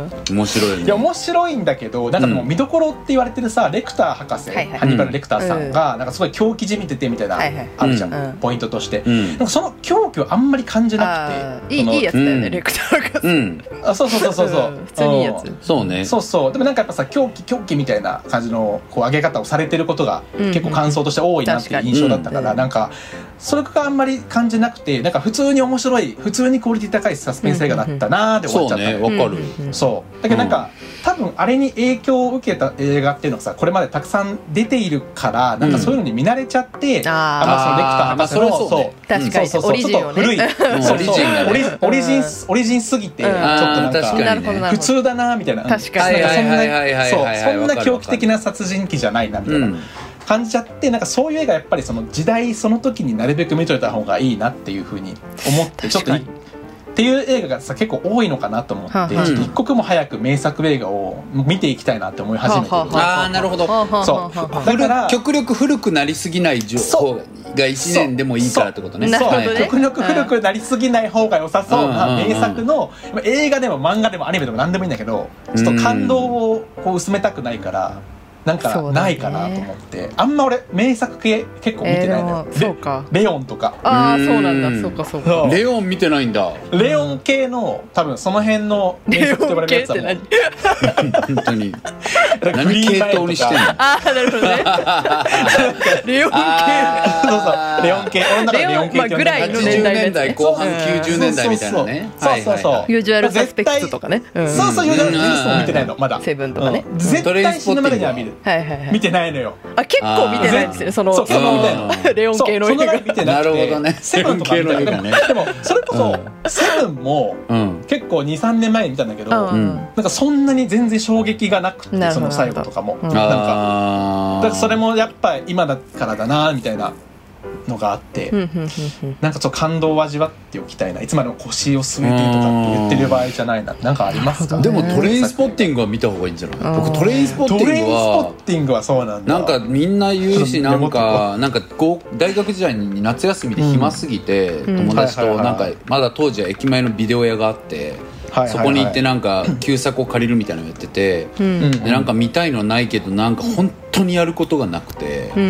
面白いよね。 いや面白いんだけど、なんかでも見どころって言われてるさレクター博士、はいはい、ハンニバル・レクターさんが、うん、なんかすごい狂気じみててみたいな、はいはい、あるじゃん、うん、ポイントとして、うん、なんかその狂気をあんまり感じなくて、 いい、いいやつだよね、うん、レクター博士、うん、 あそうそうそうそうそう、 うん、普通にいいやつ、 そうね、 そうそう。でもなんかやっぱさ狂気狂気みたいな感じのこう上げ方をされてることが結構感想として多いなっていう印象だったから、うんうん、なんかそれがあんまり感じなくて、なんか普通に面白い普通にクオリティ高いサスペンス映画だったなーで終わっちゃった、 うんうん、そうね、わかる、 そうだけどなんか、うん、多分あれに影響を受けた映画っていうのがさこれまでたくさん出ているからなんかそういうのに見慣れちゃって、うん、ああまあそのレクター博士の、そう、 確かにそうそうそうオリジンをね、 ちょっと古いそうそうオリジンオリジンオリジンすぎて、うん、ちょっとなんか、ね、普通だなみたいな、 確かにそんな狂気的な殺人鬼じゃないなみたいな、うん感じちゃって、なんかそういう映画やっぱりその時代その時になるべく見といた方がいいなっていう風に思ってちょっとっていう映画がさ結構多いのかなと思って、はあはあ、ちょっと一刻も早く名作映画を見ていきたいなって思い始めてる、はあはあ、ああなるほど、そうだから極力古くなりすぎない情報がいちねんでもいいからってことね。 そう、そう、極力古くなりすぎない方が良さそうな名作の映画でも漫画でもアニメでも何でもいいんだけどちょっと感動をこう薄めたくないからなんかないかなと思って、ね、あんま俺名作系結構見てないのよ、 えー、そうかレオンとかああそうなんだ、そうかそうかレオン見てないんだ。 レオン系の多分その辺の名作と呼ばれるやつはもう本当に何系統にしてんのああなるほどねレオン系そうそうレオン系俺の中でレオン系ってぐらいの年代のやつね、 はちじゅうねんだいこう半きゅうじゅうねんだいみたいなね、 そうそうそうユージュアルサスペクツとかね、 そうそうユージュアルサスペクツも見てないのまだセブンとかね、 絶対死ぬまでには見る、 はいはいはい、 見てないのよ。 あ結構見てないんですよそのそうそのみたいなレオン系の映画見てなくて、 なるほどね、 セブンとか見たけどでもそれこそセブンも結構 にさんねんまえに見たんだけど、なんかそんなに全然衝撃がなくてその最後とかもなんかだからそれもやっぱ今だからだなみたいなのがあってなんかちょっと感動を味わっておきたいな、いつまでも腰を据えてとかって言ってる場合じゃないな、なんかありますか？ でもトレインスポッティングは見た方がいいんじゃない？僕トレインスポッティングはトレインスポッティングはそうなんだ、なんかみんな言うし、なんかなんか大学時代に夏休みで暇すぎて、うん、友達となんかまだ当時は駅前のビデオ屋があって、そこに行ってなんか旧作を借りるみたいなのやってて、うん、でなんか見たいのないけどなんか本当にやることがなくて、うん、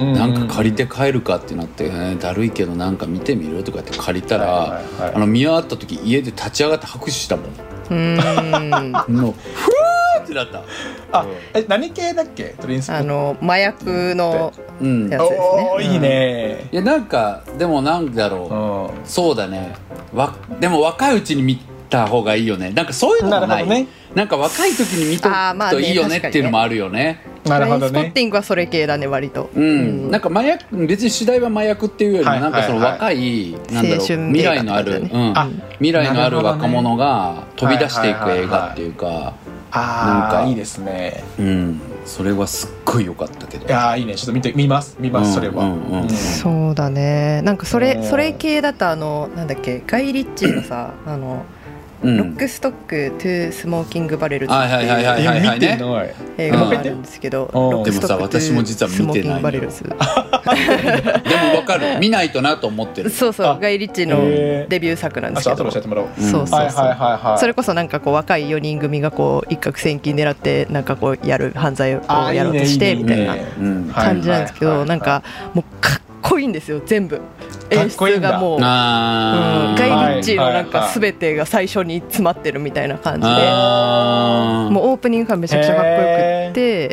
なんか借りて帰るかってなって、ね、だるいけどなんか見てみるとかって借りたら、はいはいはい、あの見終わった時家で立ち上がって拍手したもん。うーんのふーってなった。 あ、え何系だっけ？トレインスポッティング、 あの麻薬のやつですね。 おーいいね。 いやなんかでもなんだろう、そうだね。わでも若いうちに見た方がいいよね。なんかそういうのもない。な, ね、なんか若い時に見とくといいよねっていうのもあるよね。 なるほどね。 トレインスポッティングはそれ系だね割と。 うん。うん、なんか麻薬別に主題は麻薬っていうよりも、はい、なんかその若い、はいはい、なんだろう未来のある、ね、うん、あ未来のある若者が飛び出していく映画っていうか、はいはいはいはい、 あなんかいいですね。 うん。それはすっごい良かったけど。 いやいいね。ちょっと見て見ます見ます、うん、それは、うんうんうん。 そうだね。なんかそれそれ系だとあのなんだっけガイリッチーのさあの。ロックストックトゥスモーキングバレルっていう映画があるんですけど、ロックストックトゥスモーキングバレルズ。でも分かる、見ないとなと思ってる。 そうそう、ガイ・リッチーのデビュー作なんですけど、 後で教えてもらおう。 そうそうそう。それこそなんかこう若いよにん組がこう一攫千金狙ってなんかこうやる犯罪をやろうとしてみたいな感じなんですけど、なんかもうかっこいいんですよ全部。演出がもう、うん、ガイ・リッチーのなんか全てが最初に詰まってるみたいな感じで、もうオープニングがめちゃくちゃかっこよくって、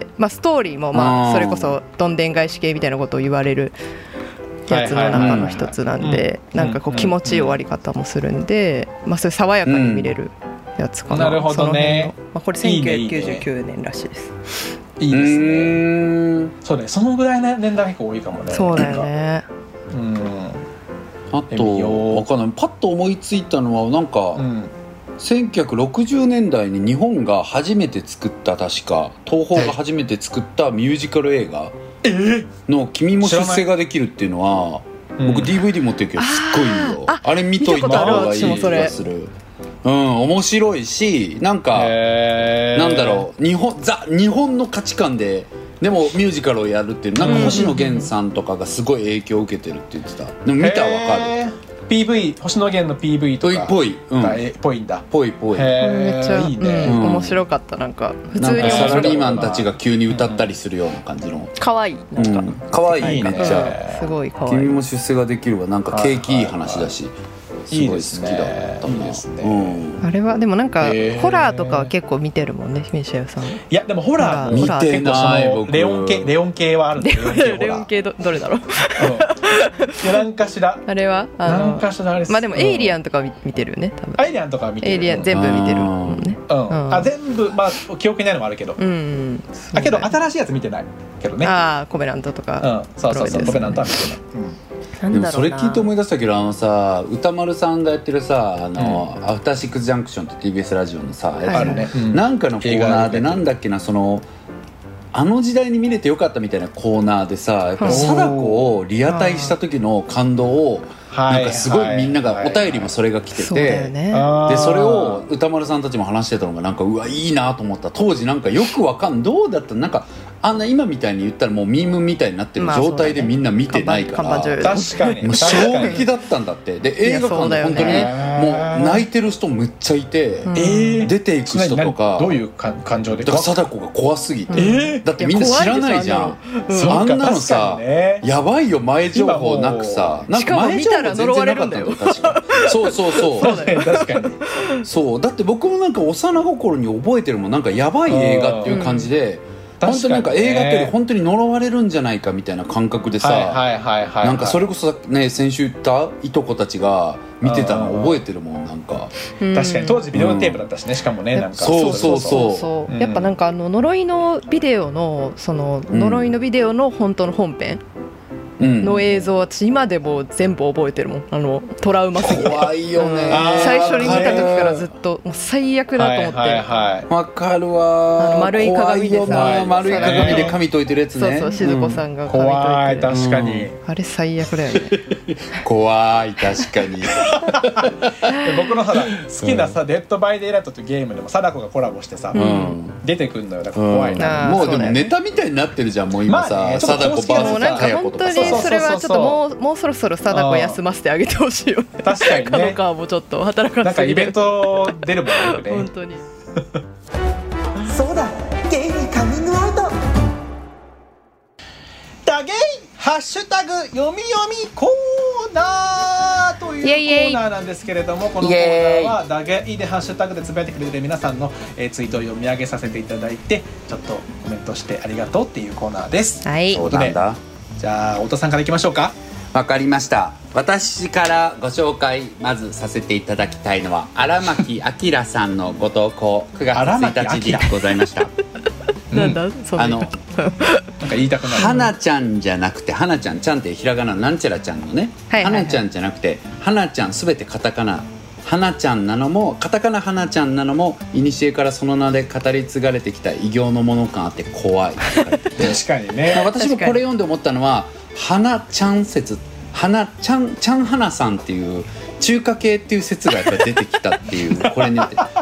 まあ、ストーリーもまあそれこそどんでん返し系みたいなことを言われるやつの中の一つなんで、なんかこう気持ちいい終わり方もするんで、まあそれ爽やかに見れるやつかな。 なるほどね。 まあ、これせんきゅうひゃくきゅうじゅうきゅうねんらしいです。 いいですね。そうね、そのぐらいの年代結構多いかもね。 そうだよね。 うん。 あとわかんない、パッと思いついたのはなんか、うん、せんきゅうひゃくろくじゅうねんだいに日本が初めて作った確か東宝が初めて作ったミュージカル映画の「君も出世ができる」っていうのは、うん、僕 ディーブイディー 持ってるけどすっごいいいよ。 あ, あれ見といた方がいい気がする。うん、面白いし、なんかなんだろう、日本ザ日本の価値観ででもミュージカルをやるっていう、なんか星野源さんとかがすごい影響を受けてるって言ってた。でも見たらわかる。 ピーブイ 星野源の ピーブイ とかぽいぽい、うん、 ぽいんだ。 ぽいぽい。 めっちゃいいね、うん、面白かった。なんか普通にサラリーマンたちが急に歌ったりするような感じの。 可愛いなんか、うん、 可愛いめっちゃ。 すごい可愛い。 君も出世ができるはなんか景気いい話だし。すごい好きだったんですね。 あれはでもなんかホラーとかは結構見てるもんね、ミシェルさん。いやでもホラー見てない僕。 レオン系レオン系はあるんですよ。 レオン系 ど, どれだろう。 いやなんかしら。 あれはあのなんかしらあれです。 まあでもエイリアンとか見てるよね多分。 エイリアンとか見てる。 エイリアン全部見てるもんね。 うん。あ全部まあ記憶にないのもあるけど。うん。あけど新しいやつ見てないけどね。 ああコベナントとか。 うん。そうそうそうコベナントは見てない。うん。 でもそれ聞いて思い出したけど、あのさ歌丸さんがやってるさあの、うん、アフターシックスジャンクションって ティービーエス ラジオのさやつ、はいね、うん、なんかのコーナーでなんだっけな、そのあの時代に見れてよかったみたいなコーナーでさ、やっぱ貞子をリアタイした時の感動をなんかすごいみんながお便りもそれが来てて、でそれを歌丸さんたちも話してたのがなんかうわいいなと思った。当時なんかよくわかんどうだったなんかあんな今みたいに言ったらもうミームみたいになってる状態でみんな見てないから、 確かにもう衝撃だったんだって。で映画館で本当にもう泣いてる人むっちゃゃいて、出ていく人とかどういう感情でだから貞子が怖すぎて、だってみんな知らないじゃん。あんなのさやばいよ、前情報なくさ、なんか前情報全然なかったんだよ確か。そうそうそう確かにそうだって僕もなんか幼心に覚えてるもん、なんかやばい映画っていう感じで、本当になんか映画っていうより本当に呪われるんじゃないかみたいな感覚でさ、なんかそれこそね先週言ったいとこたちが見てたの覚えてるもん。なんか確かに当時ビデオテープだったしね、しかもね、なんかそうそうそう、 やっぱなんかあの呪いのビデオのその呪いのビデオの本当の本編の映像、私今でも全部覚えてるもん。あのトラウマすぎて怖いよね、 うん、最初に見た時からずっともう最悪だと思って。わ、はいはい、かるわ。 丸い鏡でさ、 丸い鏡で髪解いてるやつね。 そうそう、静子さんが髪解いてる、 うん、 怖い確かに、 うん、あれ最悪だよね怖い確かに僕のさ好きなさ、うん、デッドバイデイライトっていうゲームでも貞子がコラボしてさ、うん、出てくるのよ。だから怖いな、 うん、もうでもネタみたいになってるじゃんもう今さ、まあね、貞子バースさ早子とかさ、それはちょっともう、もうそろそろ貞子休ませてあげてほしいよね。 確かにね。 角川もちょっと働かせて。 なんかイベント出るもんね。 本当に。 そうだ、ゲイにカミングアウト。 ダゲイハッシュタグ読み読みコーナーというコーナーなんですけれども、このコーナーはダゲイでハッシュタグでつぶやいてくれてる皆さんの、えー、ツイートを読み上げさせていただいて、ちょっとコメントしてありがとうっていうコーナーです。 はい。 そうなんだ。 じゃあ太田さんからいきましょうか。 わかりました。私からご紹介まずさせていただきたいのは荒牧明さんのご投稿くがつついたちでございました。 なんだそあのなんか言いたくなる。 花ちゃんじゃなくて、花ちゃんちゃんってひらがななんちゃらちゃんのね、はいはいはい、花ちゃんじゃなくて花ちゃんすべてカタカナ花ちゃんなのもカタカナ花ちゃんなのも古からその名で語り継がれてきた異形のもの感あって怖い。 確かにね。 私もこれ読んで思ったのは花ちゃん説、花ちゃんちゃん花さんっていう中華系っていう説がやっぱり出てきたっていうこれね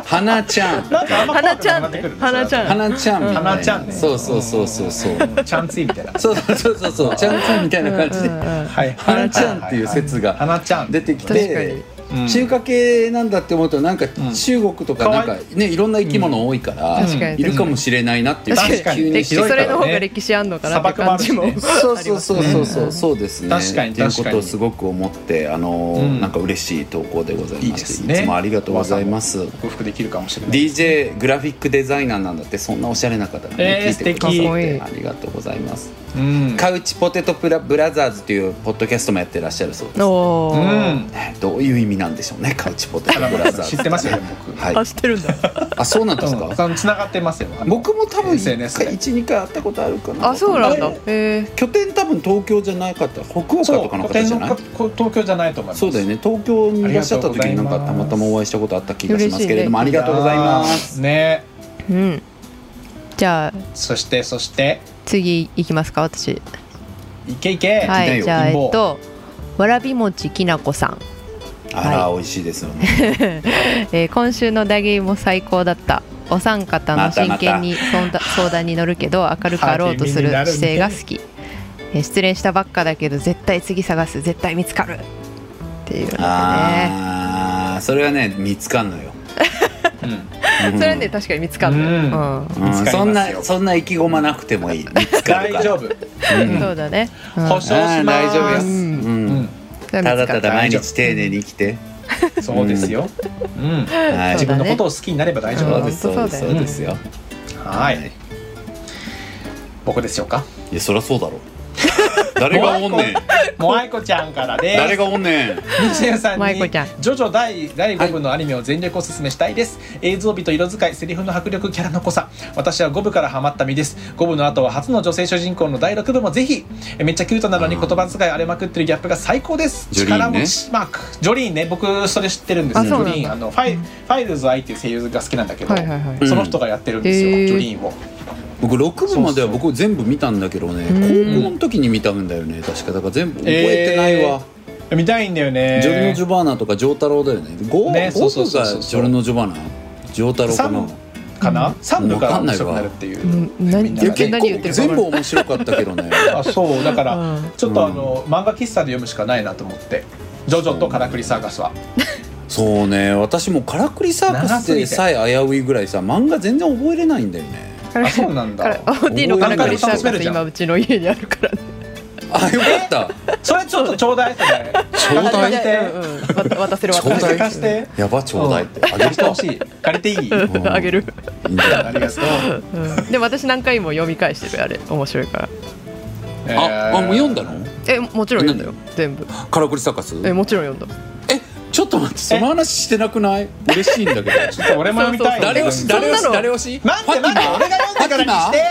花ちゃん花ちゃん花ちゃん花ちゃん花ちゃんねそうそうそうそうそうちゃんついみたいなそうそうそうそうちゃんついみたいな感じで花ちゃんっていう説が出てきて中華系なんだって思うとなんか中国とかなんかねいろんな生き物多いからいるかもしれないなっていう急にそれの方が歴史あんのかなって感じもそうそうそうそうそうそうですね確かにっていうことをすごく思ってあのなんか嬉しい投稿でございましていつもありがとうございます克服できるかもしれないディージェー グラフィックデザイナーなんだってそんなおしゃれな方がね聞いてくださってありがとうございますカウチポテトブラザーズというポッドキャストもやってらっしゃるそうですどういう意味なんでしょうねカウチポテトブラザーズ知ってますよね僕あ知ってるんだあそうなんですかつながってますよ僕も多分いち、にかい会ったことあるかなあそうなんだ拠点多分東京じゃなかった北岡とかの方じゃない東京じゃないと思いますそうだよね東京にいらっしゃった時になんかたまたまお会いしたことあった気がしますけれどもありがとうございますねうんじゃあそしてそして次いきますか私いけいけはいじゃあえっとわらびもちきなこさんあら、はい、美味しいですよね、 えー、今週のダゲイも最高だったお三方の真剣に相談に乗るけど明るくあろうとする姿勢が好き、えー、失恋したばっかだけど絶対次探す絶対見つかるっていうのでねあそれはね見つかんのようん、それはね確かに見つかる、うんうんうん、そんなそんな意気込まなくてもいい見つかるから大丈夫、 うん、そうだね、 うん、保証します大丈夫です、うんうん、ただただ毎日丁寧に生きてそうですよ、うんうんはい、自分のことを好きになれば大丈夫です、 そうですそうですよ、 うん、はい、はい、僕ですよかいやそりゃそうだろ誰がおんねんもあいこちゃんからです誰がおんねん西野さんにジョジョ第ご部のアニメを全力おすすめしたいです、はい、映像美と色使いセリフの迫力キャラの濃さ私はご部からハマった身ですご部の後は初の女性主人公のだいろく部もぜひめっちゃキュートなのに言葉遣い荒れまくってるギャップが最高です、 ね、 力持ちマークジョリーンね僕それ知ってるんですよジョリーンあのファイ、ファイルズ愛っていう声優が好きなんだけど、はいはいはい、その人がやってるんですよ、うん、ジョリーンを僕ろく部までは僕全部見たんだけどね高校の時に見たんだよね確かだから全部覚えてないわ、 えー、見たいんだよねジョルノ・ジョバーナとかジョータロウだよね 5, ねご部がジョルノ・ジョバーナジョータロウかなかな、うん、さん部から面白くなるっていう、うん、 何いや結構全部面白かったけどねあそうだから、うん、ちょっとあの、うん、漫画喫茶で読むしかないなと思ってジョジョとカラクリサーカスはそうね私もカラクリサーカスでさえ危ういぐらいさ漫画全然覚えれないんだよねあそうなんだ。 オーディのカラクリサーカス今うちの家にあるからね。 あよかった。 それちょっとちょうだいそれ。 ちょうだいして。 うん、渡せる渡せる。 貸して。 やばちょうだいって。 あげてほしい。借りていい？ あげる。 いいんじゃない。 ありがとう。 うん、でも私何回も読み返してるあれ面白いから。 えー、ああもう読んだの？ えもちろん読んだよ全部。 カラクリサーカス？ えもちろん読んだ。 えちょっと待ってその話してなくない？嬉しいんだけど。 ちょっと俺も読みたい。 誰推し誰推し誰推し？ 待って待って俺が読んでからにして。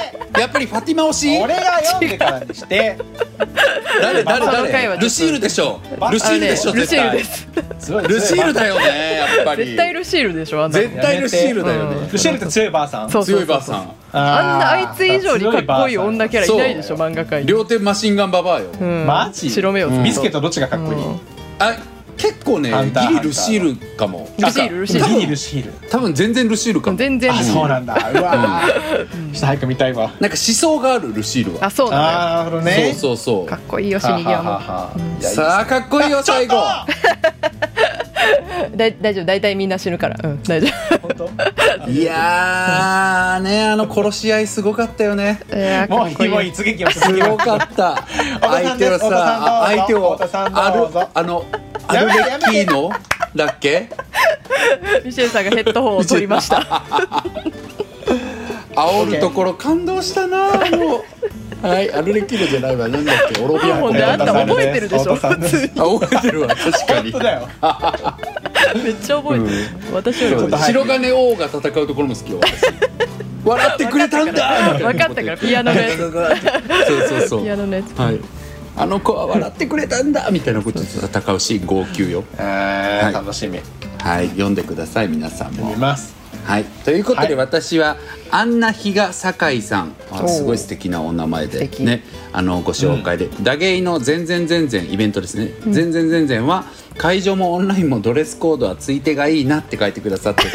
やっぱりファティマ推し？ 俺が読んでからにして。 誰誰誰？ルシールでしょ。ルシールでしょ絶対。ルシールだよねやっぱり。 絶対ルシールでしょ。 絶対ルシールだよね。 ルシールって強いばあさん。 強いばあさん。 あんなあいつ以上にかっこいい女キャラいないでしょ漫画界に。 両手マシンガンババアよ。 マジ？ 白目を。 ビスケットどっちがかっこいい？ あ結構ねギリルシールかも。 ルシールルシール。 ギリルシール。 多分全然ルシールかも。 全然。 あそうなんだ。うわ。ちょっと早く見たいわ。 なんか思想があるルシールは。 あそうなんだよ。ね。 そうそうそう。 かっこいいよ死に際も。 さあかっこいいよ最後。 だ大丈夫大体みんな死ぬからうん大丈夫。 いやーねあの殺し合いすごかったよね。 もういいもういい次行きます。 すごかった。相手をさ相手をあるあのアルレッキーノだっけ？ ミシェルさんがヘッドホンを取りました。 煽るところ感動したなもう。はいアルレッキーノじゃないわなんだっけオロビアンコねあんた覚えてるでしょ普通に。 覚えてるわ確かに。 本当だよ。 めっちゃ覚えてる。私より白金王が戦うところも好きよ。笑ってくれたんだ。 分かったからピアノのやつ。 そうそうそう。 ピアノのやつ。 はい。あの子は笑ってくれたんだみたいなことで戦うシーン号泣よ。 えー、楽しみ。 はい読んでください皆さんも。 読みます。 はいということで私はアンナ比嘉酒井さんすごい素敵なお名前でねあのご紹介でダゲイの全然全然イベントですね全然全然は会場もオンラインもドレスコードはついてがいいなって書いてくださってて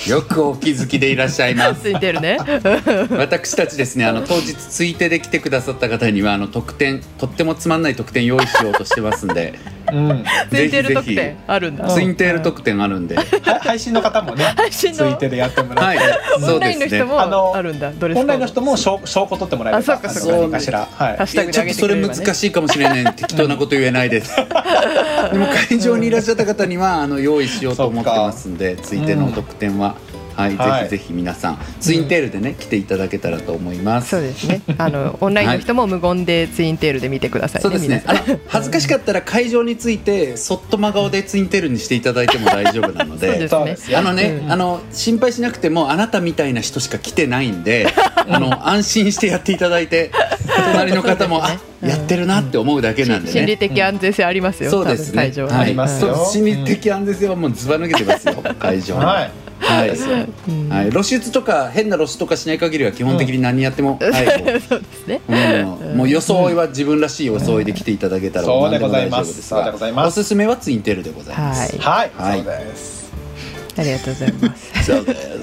よくお気づきでいらっしゃいます。 ついてるね。 私たちですね、あの当日ついてで来てくださった方にはあの特典、とってもつまんない特典用意しようとしてますんで、うん、 ツインテール特典あるんだ。 ツインテール特典あるんで、 配信の方もね、ツインテールやってもらって、 はい、 オンラインの人もあるんだ。ドレスコード。オンラインの人も証拠取ってもらえれば。 あ、そうかそうか。 かしら。はい。 ハッシュタグで上げてくれればね。 ちょっとそれ難しいかもしれない。適当なこと言えないです。でも会場にいらっしゃった方にはあの用意しようと思ってますんで、ついての特典は。はい、はい、ぜひぜひ皆さんツインテールでね、うん、来ていただけたらと思います。 そうですね。あのオンラインの人も無言でツインテールで見てくださいね。 そうですね。あの恥ずかしかったら会場についてそっと真顔でツインテールにしていただいても大丈夫なので、 そうですね。 あのね、うん、あの心配しなくてもあなたみたいな人しか来てないんで、あの安心してやっていただいて、隣の方も、ね、あ、やってるなって思うだけなんでね。 心理的安全性ありますよ。 そうですね。 会場はありますよ。 心理的安全性はもうずば抜けてますよ、会場。はい。はい、はい、露出とか変な露出とかしない限りは基本的に何やっても、うん、はい、 そうですね、 うん、もう装いは自分らしい装いで来ていただけたら何でも大丈夫ですが、おすすめはツインテールでございます。 はい、はい、そうです。 ありがとうございます。 そうです。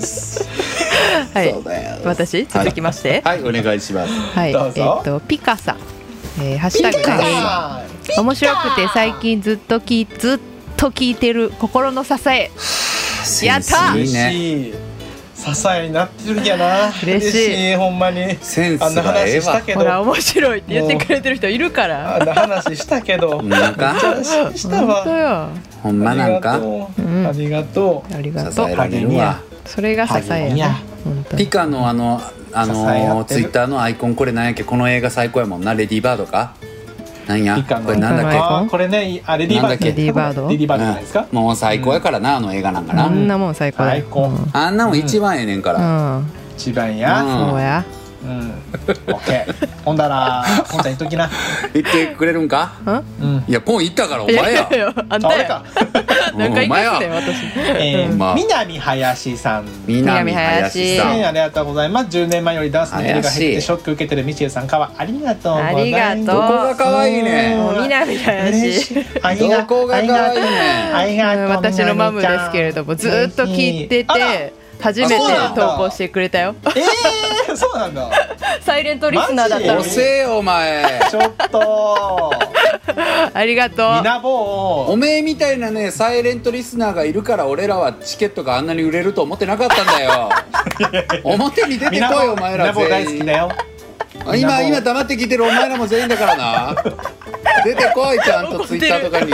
はい、私続きまして、 はい、はい、お願いします。 はい、えっとピカさん、えー、ハッシュタグで面白くて最近ずっときずっと聞いてる心の支え。やった。 嬉しい。支えになってるんやな。 嬉しい。 ほんまに。 センスあんな話したけど。 ほら面白いって言ってくれてる人いるから。 あんな話したけど。 なんかしたわ。 本当よ。 ほんまなんか。 ありがとう。 ありがとう。 支えられるわ。 それが支えや。 ピカのあのあのツイッターのアイコンこれなんやっけ、この映画最高やもんな、レディーバードか。なんやこれなんだっけ。 あ、これね、あ、レディーバード。 レディーバード。 レディーバードじゃないですか。 もう最高やからな、あの映画なんかな。 あんなもん最高や。 あんなもん一番ええねんから。 一番や。 そうや。 うん。オッケー。ほんだら、ほんちゃん言っときな。 言ってくれるんか。うん。いや、ポン言ったからお前や。 あんたや。なんか言いますね、私。 えー、南林さん。 南林さん。 ありがとうございます。じゅうねんまえよりダンスの腕が減ってショック受けてるミシェルさんからありがとうございます。 ありがとう。 どこが可愛いね。 南林。 どこが可愛いね。 ありがとう。 私のマムですけれども、ずっと聞いてて初めて投稿してくれたよ。 えー、そうなんだ。 サイレントリスナーだったのに。 おせえよお前。 ちょっと。 ありがとう。 みなぼう。 おめえみたいなねサイレントリスナーがいるから俺らはチケットがあんなに売れると思ってなかったんだよ。表に出てこいお前ら全員。みなぼう大好きだよ。今今黙って聞いてるお前らも全員だからな。出てこいちゃんとツイッターとかに。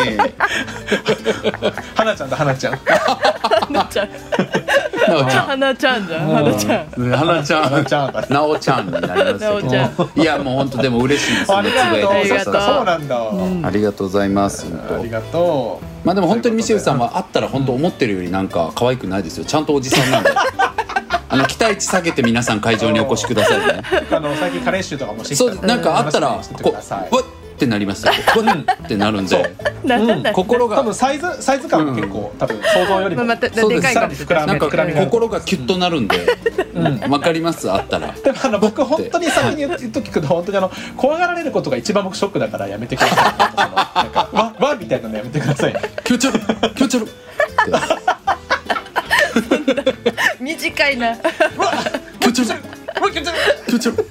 花ちゃんだ花ちゃん。 花ちゃん。花ちゃんじゃん。花ちゃん。 花ちゃん。花ちゃん。なおちゃんになりますけど。いやもう本当でも嬉しいですね。 ありがとう。そうなんだ。 ありがとうございます。 ありがとう。 まあでも本当にミシェルさんは会ったら本当思ってるよりなんか可愛くないですよ。ちゃんとおじさんなんで。あの期待値下げて皆さん会場にお越しくださいね。 あの最近カレーシューとかもしてきたので、そうなんかあったらこうわってなりますよ。こうってなるんで、心が多分サイズサイズ感も結構多分想像よりもそうです。なんか心がキュッとなるんで、わかりますあったら。 でもあの僕本当に先に言っとくと本当にあの怖がられることが一番僕ショックだからやめてください。なんかわわみたいなのやめてください。 気持ち悪い気持ち悪い。 短いな。 気持ち悪い気持ち悪い。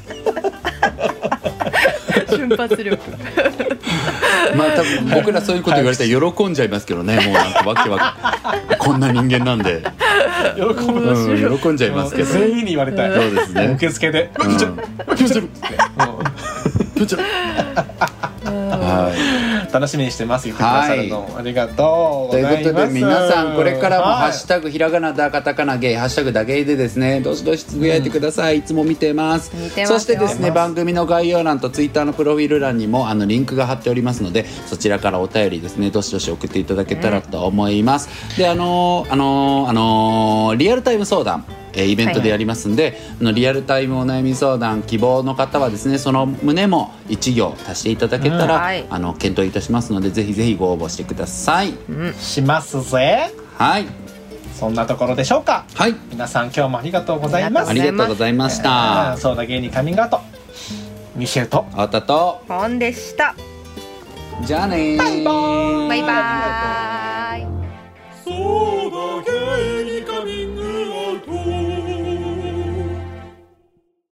瞬発力。 まあ多分僕らそういうこと言われたら喜んじゃいますけどね。もうなんかわけわかこんな人間なんで喜ぶ、 うん、喜んじゃいますけど全員に言われたい。 そうですね。 受付で気持ち悪い気持ち悪い気持ち悪い。楽しみにしてます。言ってくださるの、はい、ありがとうございます。 ということで皆さんこれからもハッシュタグひらがなだカタカナゲイハッシュタグだゲイでですねどしどしつぶやいてください、うん、いつも見てます。 見てます。 そしてですね番組の概要欄とツイッターのプロフィール欄にもあのリンクが貼っておりますのでそちらからお便りですねどしどし送っていただけたらと思います、うん、であのー、あのー、あのー、リアルタイム相談イベントでやりますんで、はいはい、あのリアルタイムお悩み相談希望の方はですねその旨も一行足していただけたら、うんはい、あの検討いたしますのでぜひぜひご応募してください、 うん、しますぜ。 はいそんなところでしょうか。 はい皆さん今日もありがとうございます。 ありがとうございました、 えー、そうだ芸人カミングアウトミシェルとあたとポンでした。 じゃあねーバイバーイ。バイバーイ。